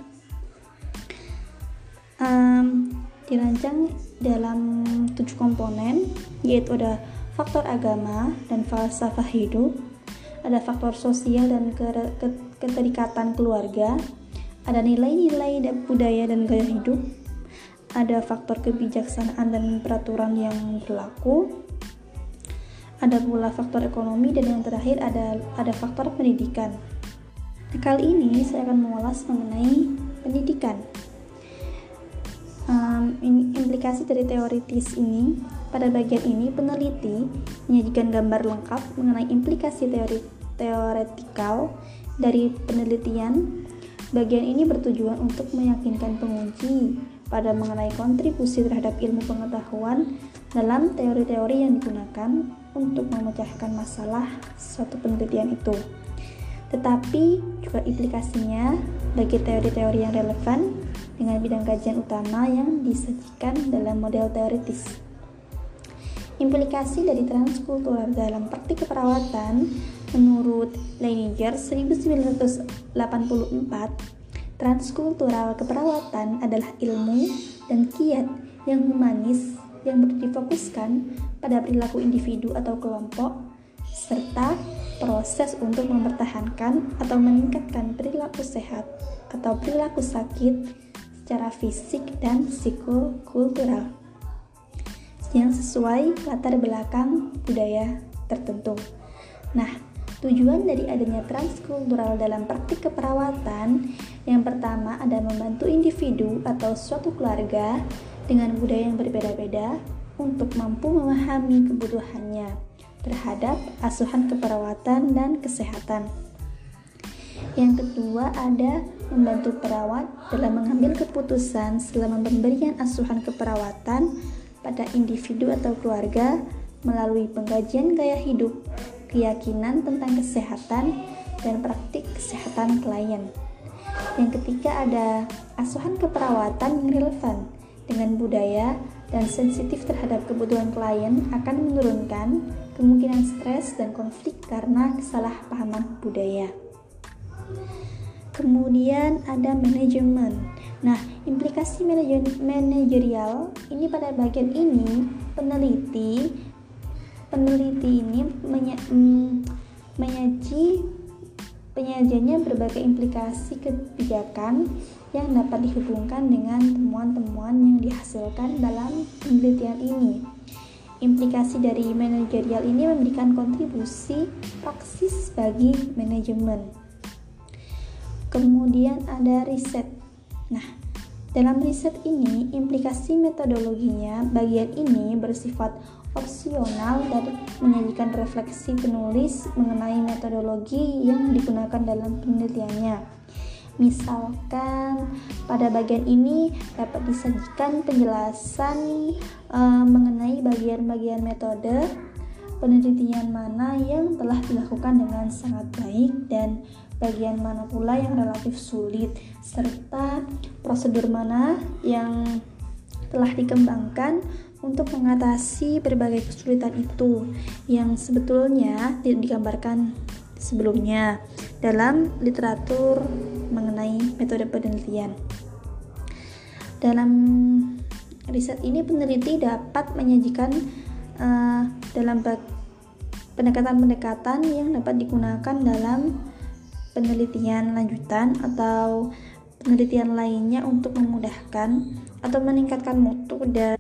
dirancang dalam 7 komponen, yaitu ada faktor agama dan falsafah hidup, ada faktor sosial dan keterikatan keluarga, ada nilai-nilai budaya dan gaya hidup, ada faktor kebijaksanaan dan peraturan yang berlaku, ada pula faktor ekonomi, dan yang terakhir ada faktor pendidikan. Nah, kali ini saya akan mengulas mengenai pendidikan. Implikasi dari teoritis ini, pada bagian ini peneliti menyajikan gambar lengkap mengenai implikasi teoretikal dari penelitian. Bagian ini bertujuan untuk meyakinkan penguji pada mengenai kontribusi terhadap ilmu pengetahuan dalam teori-teori yang digunakan untuk memecahkan masalah suatu penelitian itu, tetapi juga implikasinya bagi teori-teori yang relevan dengan bidang kajian utama yang disajikan dalam model teoritis. Implikasi dari transkultural dalam praktik keperawatan menurut Leininger 1984, transkultural keperawatan adalah ilmu dan kiat yang humanis yang difokuskan pada perilaku individu atau kelompok serta proses untuk mempertahankan atau meningkatkan perilaku sehat atau perilaku sakit secara fisik dan psikokultural yang sesuai latar belakang budaya tertentu. Nah, tujuan dari adanya transkultural dalam praktik keperawatan yang pertama adalah membantu individu atau suatu keluarga dengan budaya yang berbeda-beda untuk mampu memahami kebutuhannya terhadap asuhan keperawatan dan kesehatan. Yang kedua ada membantu perawat dalam mengambil keputusan selama pemberian asuhan keperawatan pada individu atau keluarga melalui pengkajian gaya hidup, keyakinan tentang kesehatan, dan praktik kesehatan klien. Yang ketiga ada asuhan keperawatan yang relevan dengan budaya dan sensitif terhadap kebutuhan klien akan menurunkan kemungkinan stres dan konflik karena kesalahpahaman budaya. Kemudian ada manajemen. Nah, implikasi manajerial ini pada bagian ini peneliti ini penyajiannya berbagai implikasi kebijakan yang dapat dihubungkan dengan temuan-temuan yang dihasilkan dalam penelitian ini. Implikasi dari manajerial ini memberikan kontribusi praksis bagi manajemen. Kemudian ada riset. Nah, dalam riset ini, implikasi metodologinya bagian ini bersifat opsional dan menyajikan refleksi penulis mengenai metodologi yang digunakan dalam penelitiannya. Misalkan pada bagian ini dapat disajikan penjelasan mengenai bagian-bagian metode penelitian mana yang telah dilakukan dengan sangat baik dan bagian mana pula yang relatif sulit, serta prosedur mana yang telah dikembangkan untuk mengatasi berbagai kesulitan itu yang sebetulnya tidak digambarkan sebelumnya dalam literatur mengenai metode penelitian. Dalam riset ini peneliti dapat menyajikan dalam pendekatan-pendekatan yang dapat digunakan dalam penelitian lanjutan atau penelitian lainnya untuk memudahkan atau meningkatkan mutu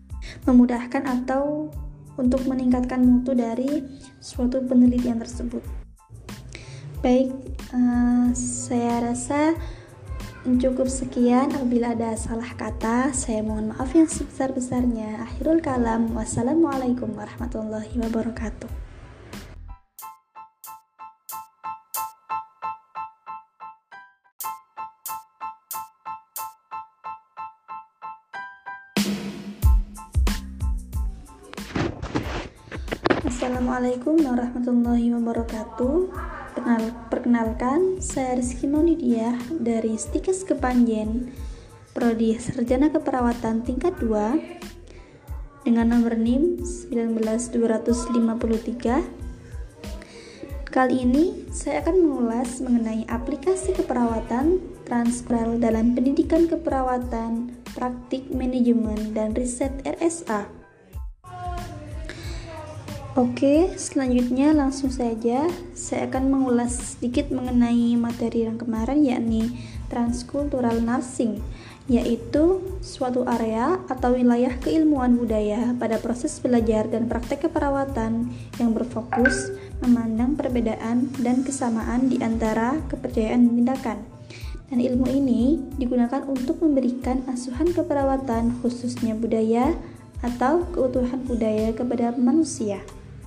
dari suatu penelitian tersebut. Baik, saya rasa cukup sekian. Apabila ada salah kata, saya mohon maaf yang sebesar-besarnya. Akhirul kalam. Wassalamualaikum warahmatullahi wabarakatuh. Assalamualaikum warahmatullahi wabarakatuh. Perkenalkan, saya Rizky Maulidiah dari Stikes Kepanjen, Prodi Sarjana Keperawatan tingkat 2 dengan nomor NIM 19253. Kali ini saya akan mengulas mengenai aplikasi keperawatan transkultural dalam pendidikan keperawatan, praktik manajemen, dan riset RSA. Oke, selanjutnya langsung saja saya akan mengulas sedikit mengenai materi yang kemarin, yakni transkultural nursing, yaitu suatu area atau wilayah keilmuan budaya pada proses belajar dan praktek keperawatan yang berfokus memandang perbedaan dan kesamaan di antara kepercayaan dan tindakan Dan ilmu ini digunakan untuk memberikan asuhan keperawatan khususnya budaya atau keutuhan budaya kepada manusia.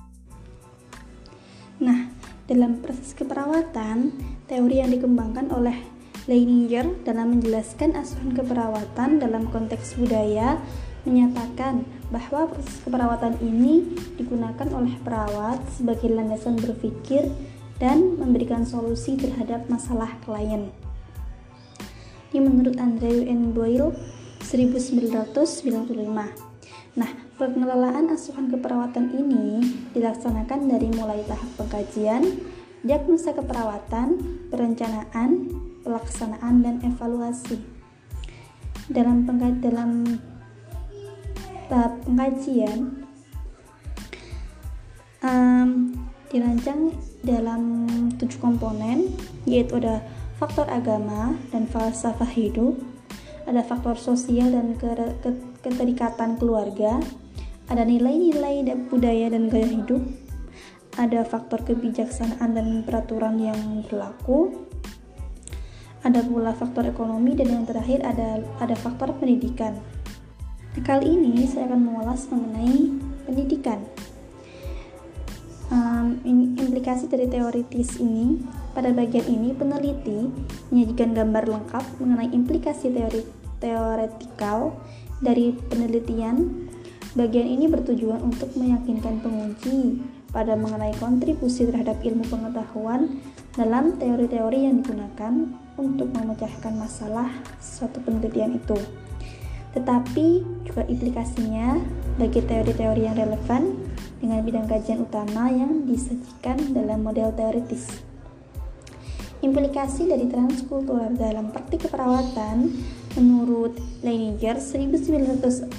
Nah, dalam proses keperawatan, teori yang dikembangkan oleh Leininger dalam menjelaskan asuhan keperawatan dalam konteks budaya menyatakan bahwa proses keperawatan ini digunakan oleh perawat sebagai landasan berpikir dan memberikan solusi terhadap masalah klien. Ini menurut Andrew N. Boyle 1995. Nah, pengelolaan asuhan keperawatan ini dilaksanakan dari mulai tahap pengkajian, diagnosa keperawatan, perencanaan, pelaksanaan, dan evaluasi. Dalam tahap pengkajian dirancang dalam 7 komponen, yaitu ada faktor agama dan falsafah hidup, ada faktor sosial dan keterikatan keluarga, ada nilai-nilai budaya dan gaya hidup, ada faktor kebijaksanaan dan peraturan yang berlaku, ada pula faktor ekonomi, dan yang terakhir ada faktor pendidikan. Nah, kali ini saya akan mengulas mengenai pendidikan. Implikasi dari teoritis ini. Pada bagian ini, peneliti menyajikan gambar lengkap mengenai implikasi teoretikal dari penelitian. Bagian ini bertujuan untuk meyakinkan penguji pada mengenai kontribusi terhadap ilmu pengetahuan dalam teori-teori yang digunakan untuk memecahkan masalah suatu penelitian itu. Tetapi juga implikasinya bagi teori-teori yang relevan dengan bidang kajian utama yang disajikan dalam model teoritis. Implikasi dari transkultural dalam praktik keperawatan menurut Leininger 1984,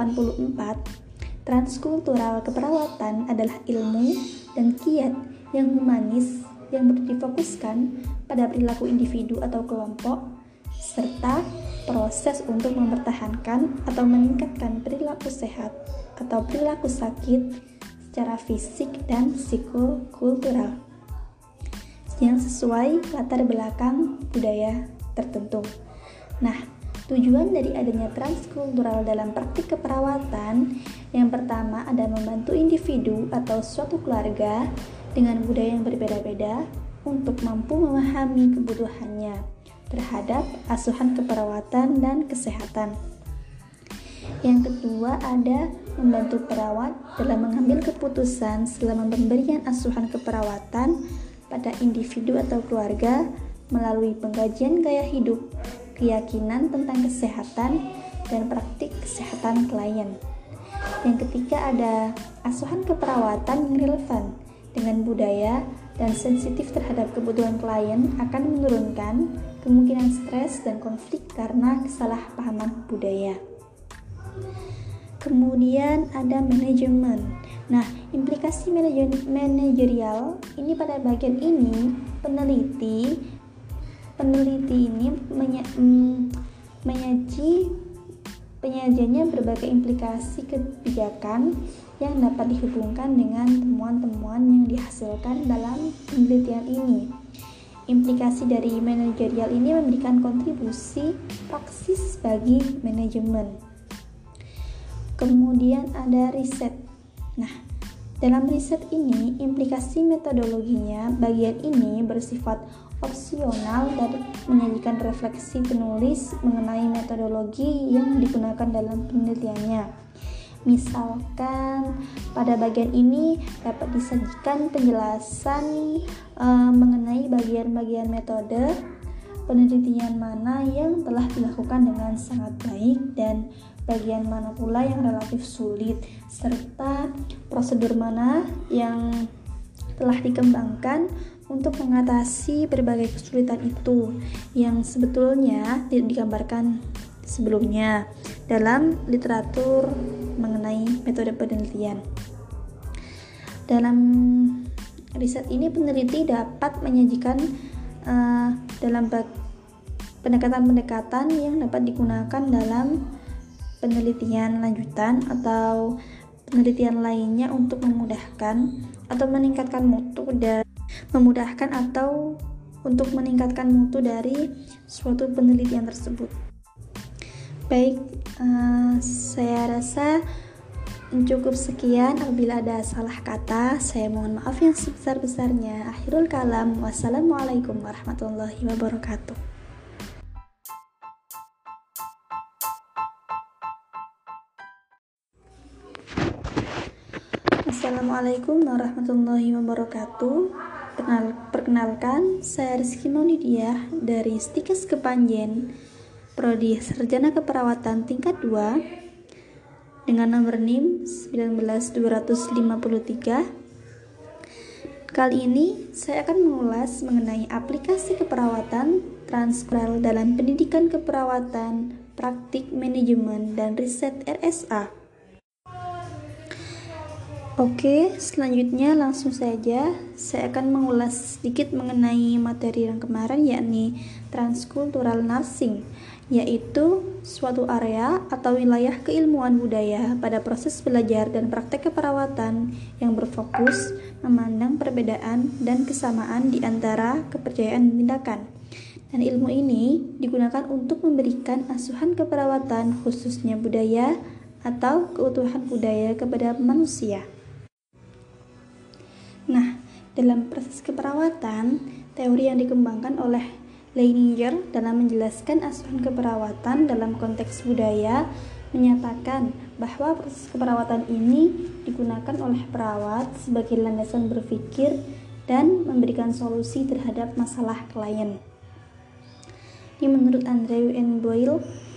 transkultural keperawatan adalah ilmu dan kiat yang humanis yang difokuskan pada perilaku individu atau kelompok serta proses untuk mempertahankan atau meningkatkan perilaku sehat atau perilaku sakit secara fisik dan psikokultural yang sesuai latar belakang budaya tertentu. Nah, tujuan dari adanya transkultural dalam praktik keperawatan yang pertama ada membantu individu atau suatu keluarga dengan budaya yang berbeda-beda untuk mampu memahami kebutuhannya terhadap asuhan keperawatan dan kesehatan. Yang kedua ada membantu perawat dalam mengambil keputusan selama pemberian asuhan keperawatan pada individu atau keluarga melalui pengkajian gaya hidup, keyakinan tentang kesehatan, dan praktik kesehatan klien. Yang ketiga ada asuhan keperawatan yang relevan dengan budaya dan sensitif terhadap kebutuhan klien akan menurunkan kemungkinan stres dan konflik karena kesalahpahaman budaya. Kemudian ada manajemen. Nah, implikasi manajerial ini pada bagian ini peneliti ini penyajiannya berbagai implikasi kebijakan yang dapat dihubungkan dengan temuan-temuan yang dihasilkan dalam penelitian ini. Implikasi dari manajerial ini memberikan kontribusi praksis bagi manajemen. Kemudian ada riset. Nah, dalam riset ini, implikasi metodologinya bagian ini bersifat opsional dan menyajikan refleksi penulis mengenai metodologi yang digunakan dalam penelitiannya. Misalkan, pada bagian ini dapat disajikan penjelasan mengenai bagian-bagian metode penelitian mana yang telah dilakukan dengan sangat baik dan bagian mana pula yang relatif sulit, serta prosedur mana yang telah dikembangkan untuk mengatasi berbagai kesulitan itu yang sebetulnya tidak digambarkan sebelumnya dalam literatur mengenai metode penelitian. Dalam riset ini peneliti dapat menyajikan dalam pendekatan-pendekatan yang dapat digunakan dalam penelitian lanjutan atau penelitian lainnya untuk memudahkan atau meningkatkan mutu dan memudahkan atau untuk meningkatkan mutu dari suatu penelitian tersebut. Baik, saya rasa cukup sekian. Apabila ada salah kata, saya mohon maaf yang sebesar-besarnya. Akhirul kalam. Wassalamualaikum warahmatullahi wabarakatuh. Assalamualaikum warahmatullahi wabarakatuh. Perkenalkan, saya Rizky Maunidiah dari Stikes Kepanjen, Prodi Sarjana Keperawatan tingkat 2 dengan nomor NIM 19253. Kali ini saya akan mengulas mengenai aplikasi keperawatan transkultural dalam pendidikan keperawatan, praktik manajemen dan riset RSA. Oke, selanjutnya langsung saja saya akan mengulas sedikit mengenai materi yang kemarin, yakni transkultural nursing, yaitu suatu area atau wilayah keilmuan budaya pada proses belajar dan praktek keperawatan yang berfokus memandang perbedaan dan kesamaan di antara kepercayaan dan tindakan. Dan ilmu ini digunakan untuk memberikan asuhan keperawatan khususnya budaya atau keutuhan budaya kepada manusia. Nah, dalam proses keperawatan, teori yang dikembangkan oleh Leininger dalam menjelaskan asuhan keperawatan dalam konteks budaya menyatakan bahwa proses keperawatan ini digunakan oleh perawat sebagai landasan berpikir dan memberikan solusi terhadap masalah klien. Ini menurut Andrew N. Boyle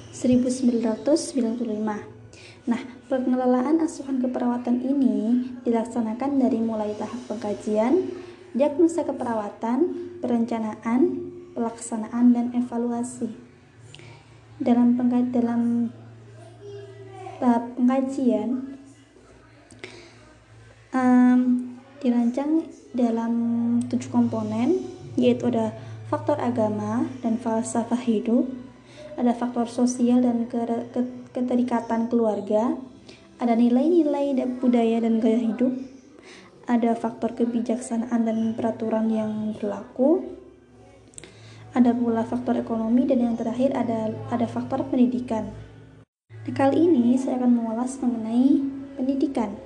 1995. Nah, pengelolaan asuhan keperawatan ini dilaksanakan dari mulai tahap pengkajian, diagnosa keperawatan, perencanaan, pelaksanaan, dan evaluasi. Dalam tahap pengkajian dirancang dalam 7 komponen, yaitu ada faktor agama dan falsafah hidup, ada faktor sosial dan keterikatan keluarga, ada nilai-nilai budaya dan gaya hidup, ada faktor kebijaksanaan dan peraturan yang berlaku, ada pula faktor ekonomi, dan yang terakhir ada faktor pendidikan. Nah, kali ini saya akan mengulas mengenai pendidikan.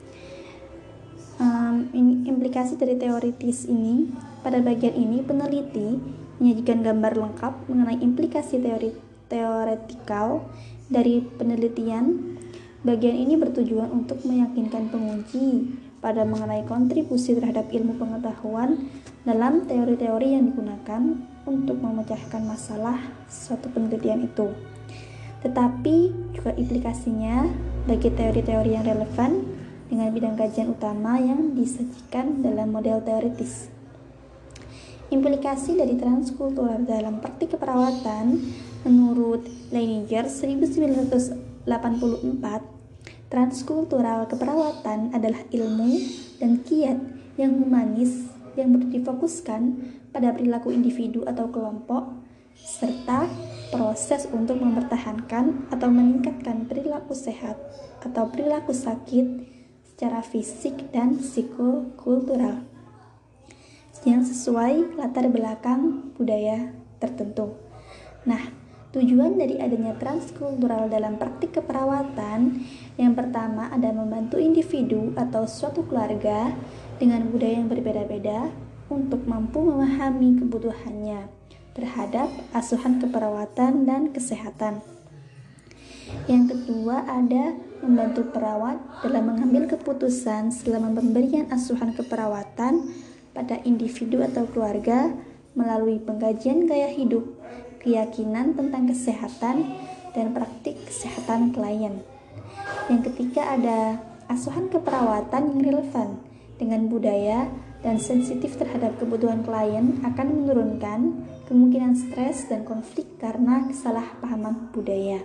Implikasi dari teoritis ini. Pada bagian ini peneliti menyajikan gambar lengkap mengenai implikasi teoretikal dari penelitian. Bagian ini bertujuan untuk meyakinkan penguji pada mengenai kontribusi terhadap ilmu pengetahuan dalam teori-teori yang digunakan untuk memecahkan masalah suatu penelitian itu, tetapi juga implikasinya bagi teori-teori yang relevan dengan bidang kajian utama yang disajikan dalam model teoritis. Implikasi dari transkultural dalam praktik keperawatan menurut Leininger 1984, transkultural keperawatan adalah ilmu dan kiat yang humanis yang difokuskan pada perilaku individu atau kelompok serta proses untuk mempertahankan atau meningkatkan perilaku sehat atau perilaku sakit secara fisik dan psikokultural yang sesuai latar belakang budaya tertentu. Nah, tujuan dari adanya transkultural dalam praktik keperawatan yang pertama ada membantu individu atau suatu keluarga dengan budaya yang berbeda-beda untuk mampu memahami kebutuhannya terhadap asuhan keperawatan dan kesehatan. Yang kedua ada membantu perawat dalam mengambil keputusan selama pemberian asuhan keperawatan pada individu atau keluarga melalui pengkajian gaya hidup, keyakinan tentang kesehatan, dan praktik kesehatan klien. Yang ketiga ada asuhan keperawatan yang relevan dengan budaya dan sensitif terhadap kebutuhan klien akan menurunkan kemungkinan stres dan konflik karena kesalahpahaman budaya.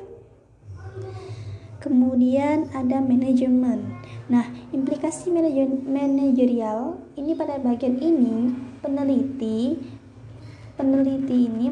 Kemudian ada manajemen. Nah, implikasi manajerial ini pada bagian ini peneliti ini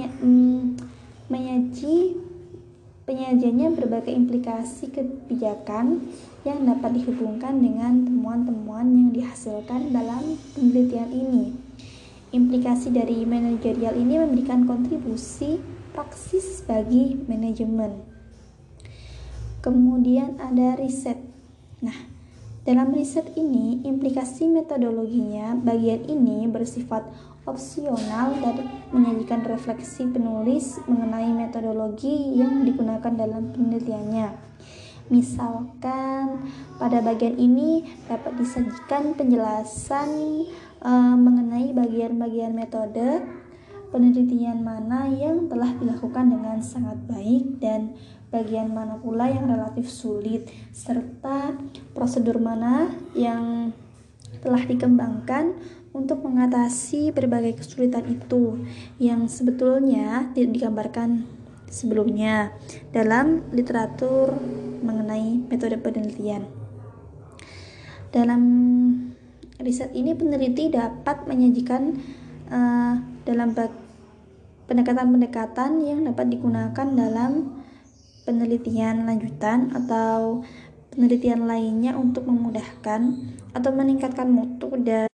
penyajiannya berbagai implikasi kebijakan yang dapat dihubungkan dengan temuan-temuan yang dihasilkan dalam penelitian ini. implikasi dari manajerial ini memberikan kontribusi praksis bagi manajemen. Kemudian ada riset. Nah, dalam riset ini, implikasi metodologinya bagian ini bersifat opsional dan menyajikan refleksi penulis mengenai metodologi yang digunakan dalam penelitiannya. Misalkan, pada bagian ini dapat disajikan penjelasan mengenai bagian-bagian metode penelitian mana yang telah dilakukan dengan sangat baik dan bagian mana pula yang relatif sulit, serta prosedur mana yang telah dikembangkan untuk mengatasi berbagai kesulitan itu yang sebetulnya tidak digambarkan sebelumnya dalam literatur mengenai metode penelitian. Dalam riset ini peneliti dapat menyajikan dalam pendekatan-pendekatan yang dapat digunakan dalam penelitian lanjutan atau penelitian lainnya untuk memudahkan atau meningkatkan mutu dan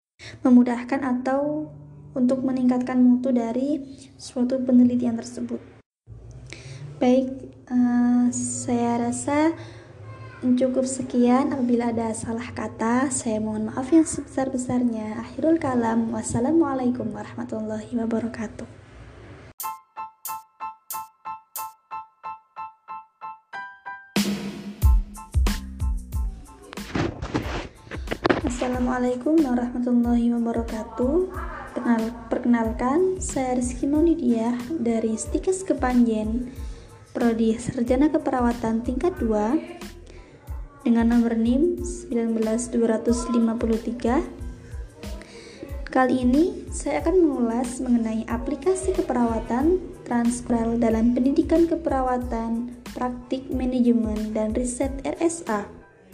meningkatkan mutu dari suatu penelitian tersebut. Baik, saya rasa cukup sekian. Apabila ada salah kata, saya mohon maaf yang sebesar-besarnya. Akhirul kalam. Wassalamualaikum warahmatullahi wabarakatuh. Assalamualaikum warahmatullahi wabarakatuh. Perkenalkan, saya Rizky Maulidiah dari Stikes Kepanjen, Prodi Sarjana Keperawatan tingkat 2 dengan nomor NIM 19253. Kali ini saya akan mengulas mengenai aplikasi keperawatan transkultural dalam pendidikan keperawatan, praktik manajemen dan riset RSA.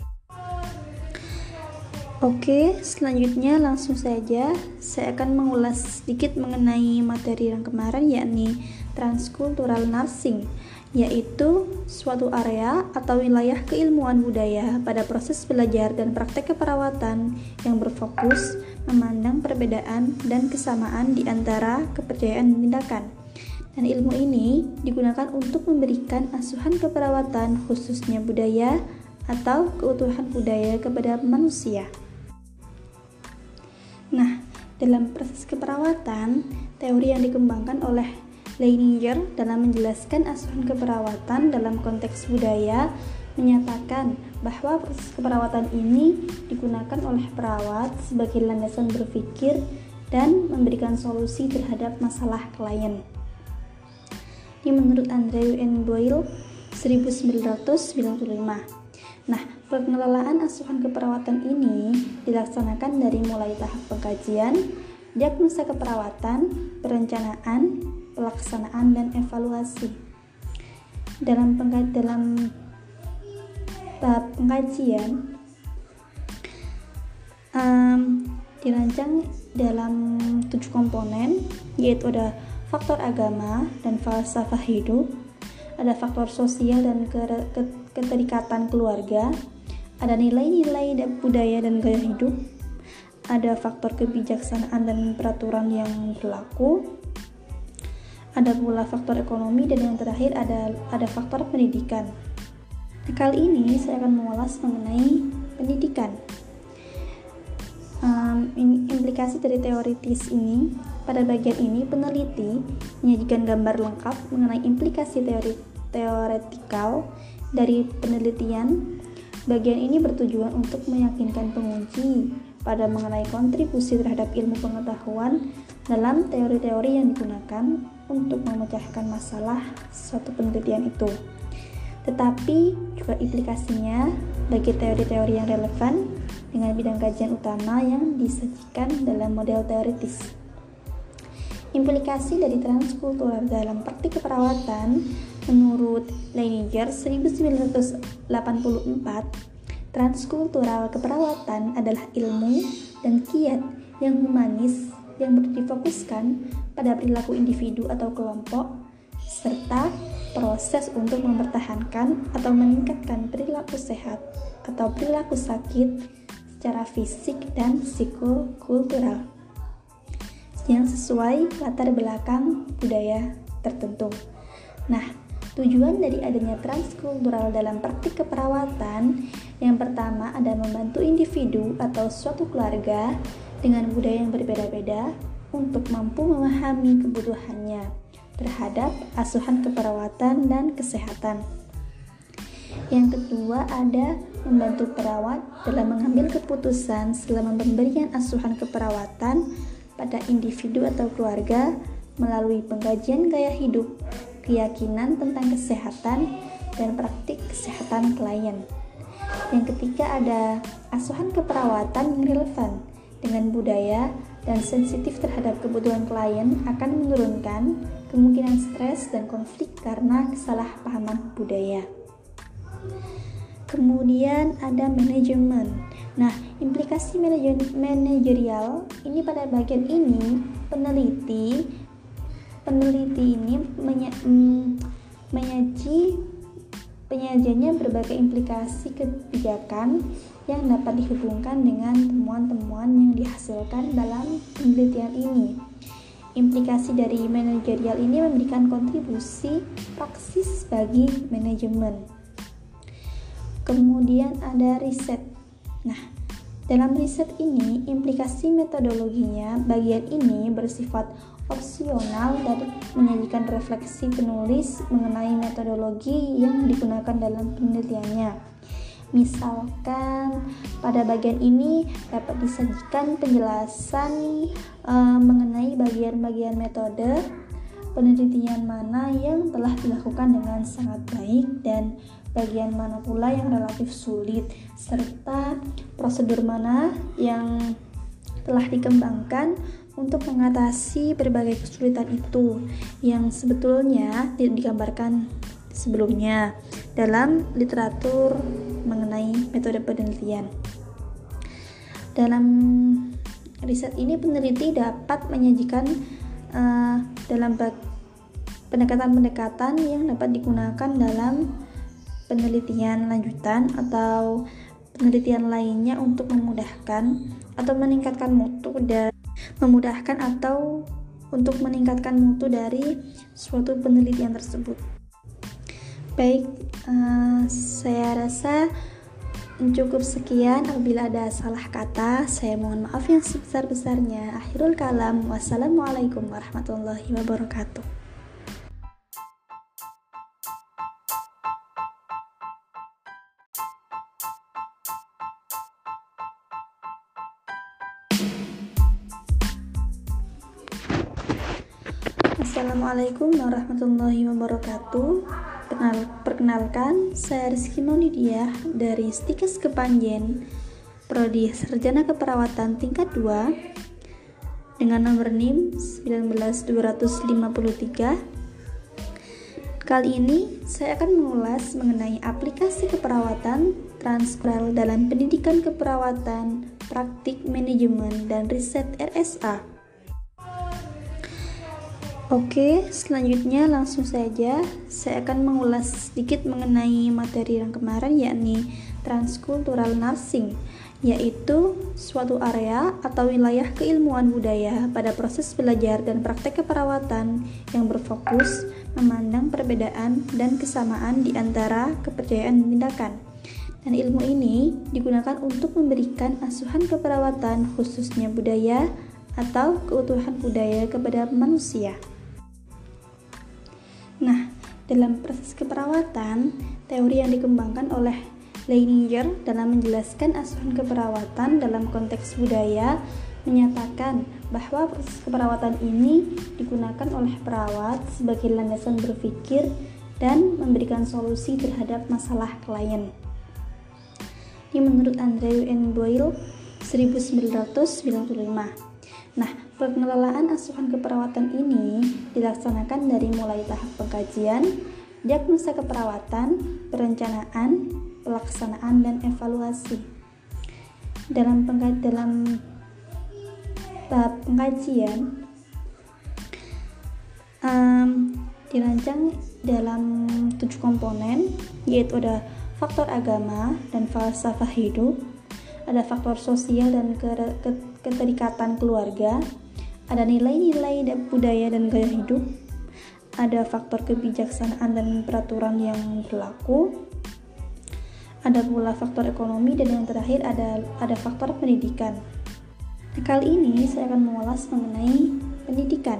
Oke, selanjutnya langsung saja saya akan mengulas sedikit mengenai materi yang kemarin, yakni transkultural nursing, yaitu suatu area atau wilayah keilmuan budaya pada proses belajar dan praktek keperawatan yang berfokus memandang perbedaan dan kesamaan di antara kepercayaan dan tindakan. Dan ilmu ini digunakan untuk memberikan asuhan keperawatan khususnya budaya atau keutuhan budaya kepada manusia. Nah, dalam proses keperawatan, teori yang dikembangkan oleh Leininger dalam menjelaskan asuhan keperawatan dalam konteks budaya menyatakan bahwa proses keperawatan ini digunakan oleh perawat sebagai landasan berpikir dan memberikan solusi terhadap masalah klien. Ini menurut Andrew N. Boyle 1995. Nah, pengelolaan asuhan keperawatan ini dilaksanakan dari mulai tahap pengkajian, diagnosa keperawatan, perencanaan, pelaksanaan, dan evaluasi. Dalam tahap pengkajian dirancang dalam 7 komponen, yaitu ada faktor agama dan falsafah hidup, ada faktor sosial dan keterikatan keluarga, ada nilai-nilai budaya dan gaya hidup, ada faktor kebijaksanaan dan peraturan yang berlaku, ada pula faktor ekonomi, dan yang terakhir ada faktor pendidikan. Nah, kali ini saya akan mengulas mengenai pendidikan. Implikasi dari teoritis ini, pada bagian ini peneliti menyajikan gambar lengkap mengenai implikasi teoretikal dari penelitian. Bagian ini bertujuan untuk meyakinkan penguji pada mengenai kontribusi terhadap ilmu pengetahuan dalam teori-teori yang digunakan untuk memecahkan masalah suatu penelitian itu, tetapi juga implikasinya bagi teori-teori yang relevan dengan bidang kajian utama yang disajikan dalam model teoritis. Implikasi dari transkultural dalam praktik keperawatan menurut Leininger 1984, transkultural keperawatan adalah ilmu dan kiat yang humanis yang difokuskan pada perilaku individu atau kelompok serta proses untuk mempertahankan atau meningkatkan perilaku sehat atau perilaku sakit secara fisik dan psikokultural. yang sesuai latar belakang budaya tertentu. Nah, tujuan dari adanya transkultural dalam praktik keperawatan yang pertama ada membantu individu atau suatu keluarga dengan budaya yang berbeda-beda untuk mampu memahami kebutuhannya terhadap asuhan keperawatan dan kesehatan. Yang kedua ada membantu perawat dalam mengambil keputusan selama pemberian asuhan keperawatan pada individu atau keluarga melalui pengkajian gaya hidup, keyakinan tentang kesehatan, dan praktik kesehatan klien. Yang ketiga ada asuhan keperawatan yang relevan dengan budaya dan sensitif terhadap kebutuhan klien akan menurunkan kemungkinan stres dan konflik karena kesalahpahaman budaya. Kemudian ada manajemen. Nah, implikasi manajerial ini pada bagian ini peneliti ini penyajiannya berbagai implikasi kebijakan yang dapat dihubungkan dengan temuan-temuan yang dihasilkan dalam penelitian ini. Implikasi dari manajerial ini memberikan kontribusi praksis bagi manajemen. Kemudian ada riset. Nah, dalam riset ini, implikasi metodologinya bagian ini bersifat opsional dan menyajikan refleksi penulis mengenai metodologi yang digunakan dalam penelitiannya. Misalkan, pada bagian ini dapat disajikan penjelasan mengenai bagian-bagian metode penelitian mana yang telah dilakukan dengan sangat baik dan bagian mana pula yang relatif sulit, serta prosedur mana yang telah dikembangkan untuk mengatasi berbagai kesulitan itu yang sebetulnya tidak digambarkan sebelumnya dalam literatur mengenai metode penelitian. Dalam riset ini peneliti dapat menyajikan dalam pendekatan-pendekatan yang dapat digunakan dalam penelitian lanjutan atau penelitian lainnya untuk memudahkan atau meningkatkan mutu dari suatu penelitian tersebut. Baik, saya rasa cukup sekian. Apabila ada salah kata, saya mohon maaf yang sebesar-besarnya. Akhirul kalam. Wassalamualaikum warahmatullahi wabarakatuh. Assalamualaikum warahmatullahi wabarakatuh. Perkenalkan, saya Rizky Maulidiah dari Stikes Kepanjen, Prodi Sarjana Keperawatan tingkat 2 dengan nomor NIM 19253. Kali ini saya akan mengulas mengenai aplikasi keperawatan transkultural dalam pendidikan keperawatan, praktik manajemen dan riset RSA. Oke, selanjutnya langsung saja saya akan mengulas sedikit mengenai materi yang kemarin, yakni transkultural nursing, yaitu suatu area atau wilayah keilmuan budaya pada proses belajar dan praktek keperawatan yang berfokus memandang perbedaan dan kesamaan di antara kepercayaan dan tindakan. Dan ilmu ini digunakan untuk memberikan asuhan keperawatan khususnya budaya atau keutuhan budaya kepada manusia. Nah, dalam proses keperawatan, teori yang dikembangkan oleh Leininger dalam menjelaskan asuhan keperawatan dalam konteks budaya menyatakan bahwa proses keperawatan ini digunakan oleh perawat sebagai landasan berpikir dan memberikan solusi terhadap masalah klien. Ini menurut Andrew N. Boyle 1995. Nah, pengelolaan asuhan keperawatan ini dilaksanakan dari mulai tahap pengkajian, diagnosa keperawatan, perencanaan, pelaksanaan, dan evaluasi. Dalam tahap pengkajian dirancang dalam 7 komponen, yaitu ada faktor agama dan falsafah hidup, ada faktor sosial dan keterikatan keluarga, ada nilai-nilai budaya dan gaya hidup, ada faktor kebijaksanaan dan peraturan yang berlaku, ada pula faktor ekonomi, dan yang terakhir ada faktor pendidikan. Nah, kali ini saya akan mengulas mengenai pendidikan.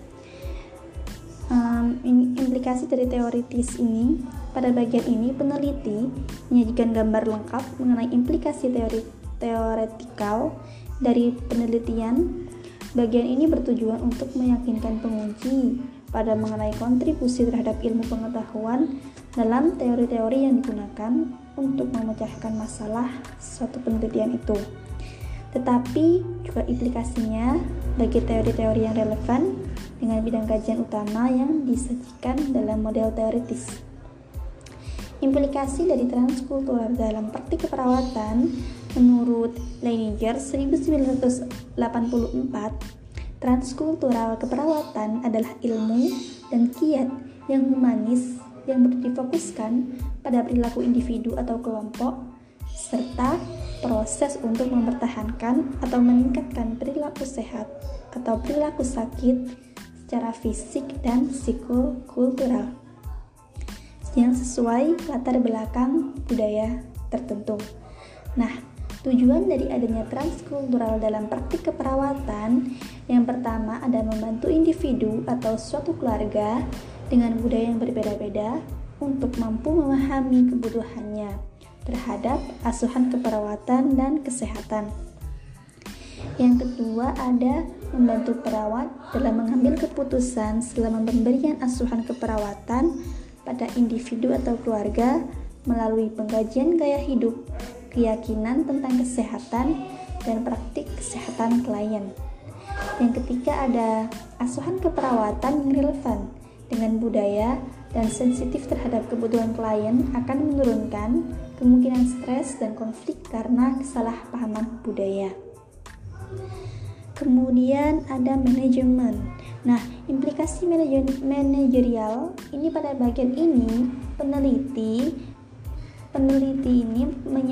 Implikasi dari teoritis ini. Pada bagian ini, peneliti menyajikan gambar lengkap mengenai implikasi teoretikal dari penelitian. Bagian ini bertujuan untuk meyakinkan penguji pada mengenai kontribusi terhadap ilmu pengetahuan dalam teori-teori yang digunakan untuk memecahkan masalah suatu penelitian itu, tetapi juga implikasinya bagi teori-teori yang relevan dengan bidang kajian utama yang disajikan dalam model teoritis. Implikasi dari transkultural dalam praktik keperawatan menurut Leininger 1984, transkultural keperawatan adalah ilmu dan kiat yang humanis yang difokuskan pada perilaku individu atau kelompok serta proses untuk mempertahankan atau meningkatkan perilaku sehat atau perilaku sakit secara fisik dan psikokultural yang sesuai latar belakang budaya tertentu. Nah, tujuan dari adanya transkultural dalam praktik keperawatan yang pertama adalah membantu individu atau suatu keluarga dengan budaya yang berbeda-beda untuk mampu memahami kebutuhannya terhadap asuhan keperawatan dan kesehatan. Yang kedua ada membantu perawat dalam mengambil keputusan selama pemberian asuhan keperawatan pada individu atau keluarga melalui pengkajian gaya hidup, keyakinan tentang kesehatan, dan praktik kesehatan klien. Yang ketiga ada asuhan keperawatan yang relevan dengan budaya dan sensitif terhadap kebutuhan klien akan menurunkan kemungkinan stres dan konflik karena kesalahpahaman budaya. Kemudian ada manajemen. Nah, implikasi manajerial ini pada bagian ini peneliti ini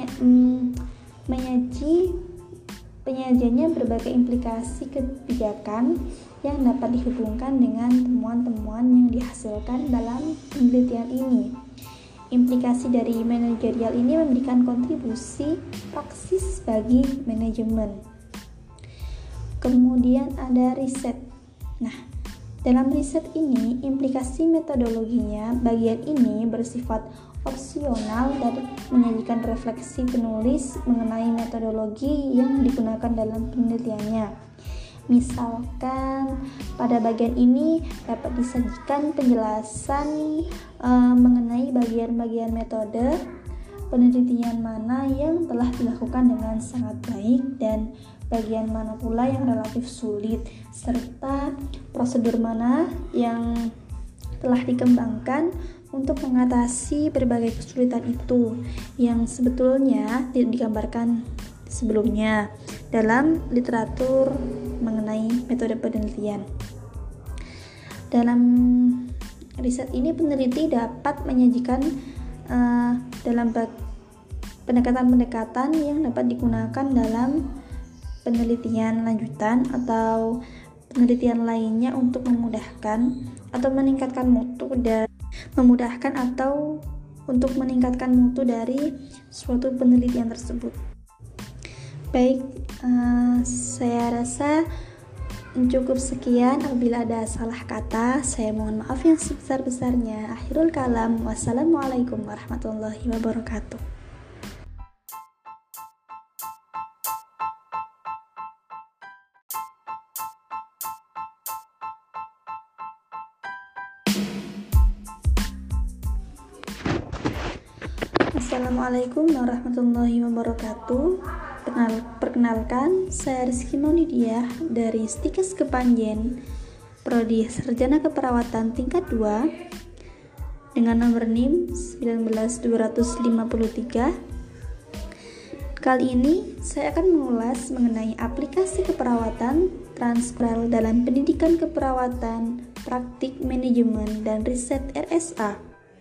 penyajiannya berbagai implikasi kebijakan yang dapat dihubungkan dengan temuan-temuan yang dihasilkan dalam penelitian ini. Implikasi dari manajerial ini memberikan kontribusi praksis bagi manajemen. Kemudian ada riset. Nah, dalam riset ini, implikasi metodologinya bagian ini bersifat opsional dan menyajikan refleksi penulis mengenai metodologi yang digunakan dalam penelitiannya. Misalkan, pada bagian ini dapat disajikan penjelasan mengenai bagian-bagian metode penelitian mana yang telah dilakukan dengan sangat baik dan bagian mana pula yang relatif sulit, serta prosedur mana yang telah dikembangkan untuk mengatasi berbagai kesulitan itu yang sebetulnya tidak digambarkan sebelumnya dalam literatur mengenai metode penelitian. Dalam riset ini peneliti dapat menyajikan dalam pendekatan-pendekatan yang dapat digunakan dalam penelitian lanjutan atau penelitian lainnya untuk memudahkan atau meningkatkan mutu dari suatu penelitian tersebut. Baik, saya rasa cukup sekian. Apabila ada salah kata, saya mohon maaf yang sebesar-besarnya. Akhirul kalam. Wassalamualaikum warahmatullahi wabarakatuh. Assalamualaikum warahmatullahi wabarakatuh. Perkenalkan, saya Rizky Maunidiah dari Stikes Kepanjen, Prodi Sarjana Keperawatan tingkat 2 dengan nomor NIM 19253. Kali ini saya akan mengulas mengenai aplikasi keperawatan transkultural dalam pendidikan keperawatan, praktik manajemen dan riset RSA.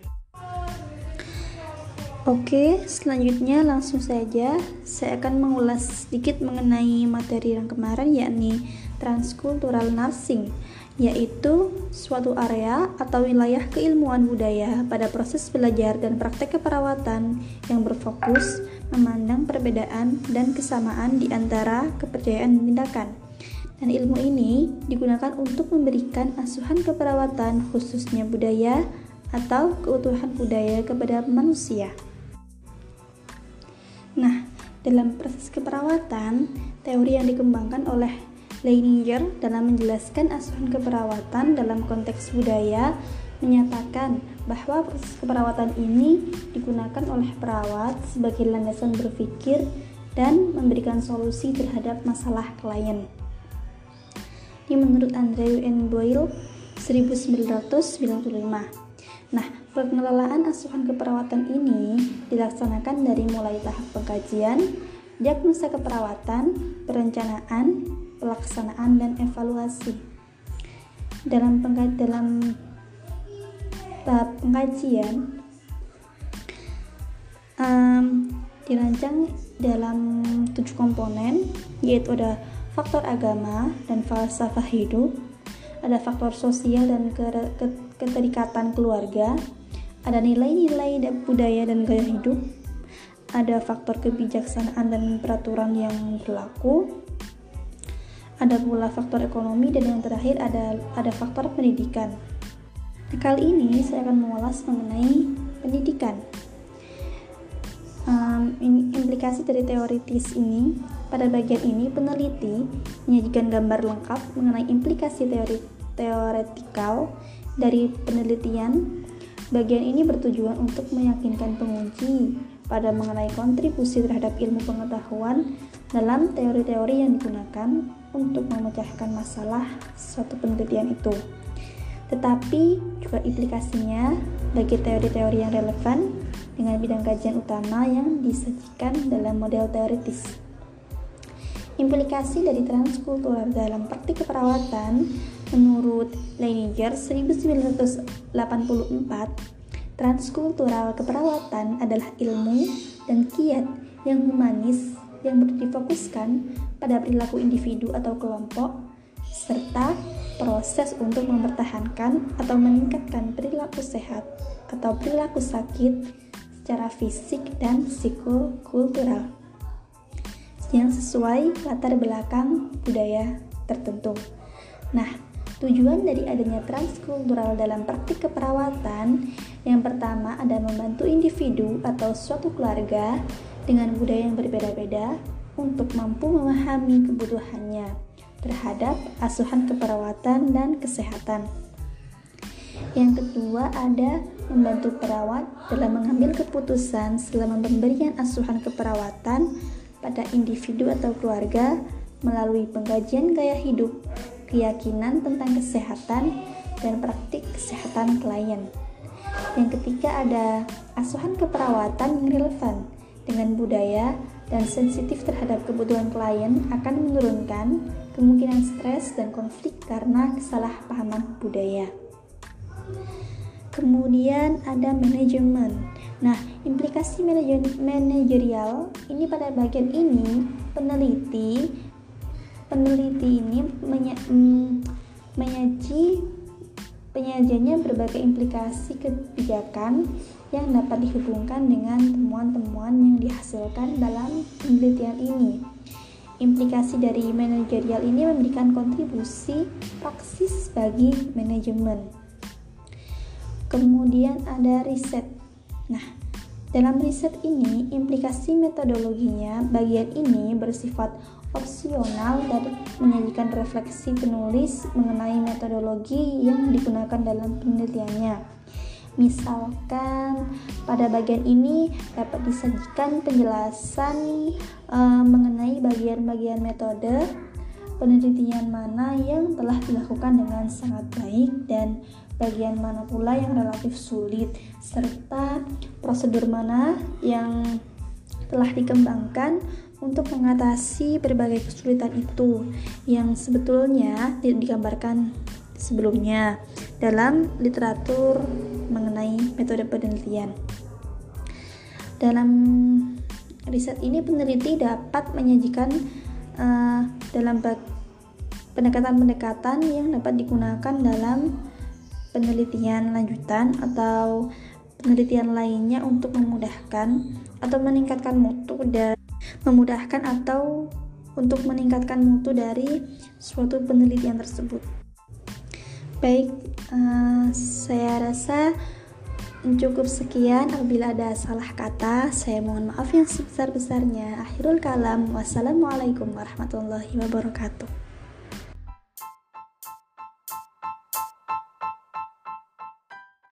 Oke, selanjutnya langsung saja saya akan mengulas sedikit mengenai materi yang kemarin, yakni transkultural nursing, yaitu suatu area atau wilayah keilmuan budaya pada proses belajar dan praktek keperawatan yang berfokus memandang perbedaan dan kesamaan di antara kepercayaan dan tindakan. Dan ilmu ini digunakan untuk memberikan asuhan keperawatan khususnya budaya atau keutuhan budaya kepada manusia. Nah, dalam proses keperawatan, teori yang dikembangkan oleh Leininger dalam menjelaskan asuhan keperawatan dalam konteks budaya menyatakan bahwa proses keperawatan ini digunakan oleh perawat sebagai landasan berpikir dan memberikan solusi terhadap masalah klien. Ini menurut Andrew N. Boyle 1995. Nah, pengelolaan asuhan keperawatan ini dilaksanakan dari mulai tahap pengkajian, diagnosa keperawatan, perencanaan, pelaksanaan, dan evaluasi. Dalam tahap pengkajian dirancang dalam 7 komponen, yaitu ada faktor agama dan falsafah hidup, ada faktor sosial dan keterikatan keluarga, ada nilai-nilai budaya dan gaya hidup, ada faktor kebijaksanaan dan peraturan yang berlaku, ada pula faktor ekonomi, dan yang terakhir ada faktor pendidikan. Nah, kali ini saya akan mengulas mengenai pendidikan. Implikasi dari teoritis ini. Pada bagian ini, peneliti menyajikan gambar lengkap mengenai implikasi teoretikal dari penelitian. Bagian ini bertujuan untuk meyakinkan penguji pada mengenai kontribusi terhadap ilmu pengetahuan dalam teori-teori yang digunakan untuk memecahkan masalah suatu penelitian itu. Tetapi juga implikasinya bagi teori-teori yang relevan dengan bidang kajian utama yang disajikan dalam model teoritis. Implikasi dari transkultural dalam praktik keperawatan menurut Leininger 1984, transkultural keperawatan adalah ilmu dan kiat yang humanis yang difokuskan pada perilaku individu atau kelompok serta proses untuk mempertahankan atau meningkatkan perilaku sehat atau perilaku sakit secara fisik dan psikokultural yang sesuai latar belakang budaya tertentu. Nah, tujuan dari adanya transkultural dalam praktik keperawatan yang pertama ada membantu individu atau suatu keluarga dengan budaya yang berbeda-beda untuk mampu memahami kebutuhannya terhadap asuhan keperawatan dan kesehatan. Yang kedua ada membantu perawat dalam mengambil keputusan selama pemberian asuhan keperawatan pada individu atau keluarga melalui pengkajian gaya hidup, keyakinan tentang kesehatan, dan praktik kesehatan klien. Yang ketiga ada asuhan keperawatan yang relevan dengan budaya dan sensitif terhadap kebutuhan klien akan menurunkan kemungkinan stres dan konflik karena kesalahpahaman budaya. Kemudian ada manajemen. Nah, implikasi manajerial ini pada bagian ini peneliti ini penyajiannya berbagai implikasi kebijakan yang dapat dihubungkan dengan temuan-temuan yang dihasilkan dalam penelitian ini. Implikasi dari manajerial ini memberikan kontribusi praksis bagi manajemen. Kemudian ada riset. Nah, dalam riset ini, implikasi metodologinya bagian ini bersifat opsional dan menyajikan refleksi penulis mengenai metodologi yang digunakan dalam penelitiannya. Misalkan, pada bagian ini dapat disajikan penjelasan mengenai bagian-bagian metode penelitian mana yang telah dilakukan dengan sangat baik dan bagian mana pula yang relatif sulit, serta prosedur mana yang telah dikembangkan untuk mengatasi berbagai kesulitan itu yang sebetulnya tidak digambarkan sebelumnya dalam literatur mengenai metode penelitian. Dalam riset ini peneliti dapat menyajikan dalam pendekatan-pendekatan yang dapat digunakan dalam penelitian lanjutan atau penelitian lainnya untuk memudahkan atau meningkatkan mutu dari suatu penelitian tersebut. Baik, saya rasa cukup sekian. Apabila ada salah kata, saya mohon maaf yang sebesar-besarnya. Akhirul kalam. Wassalamualaikum warahmatullahi wabarakatuh.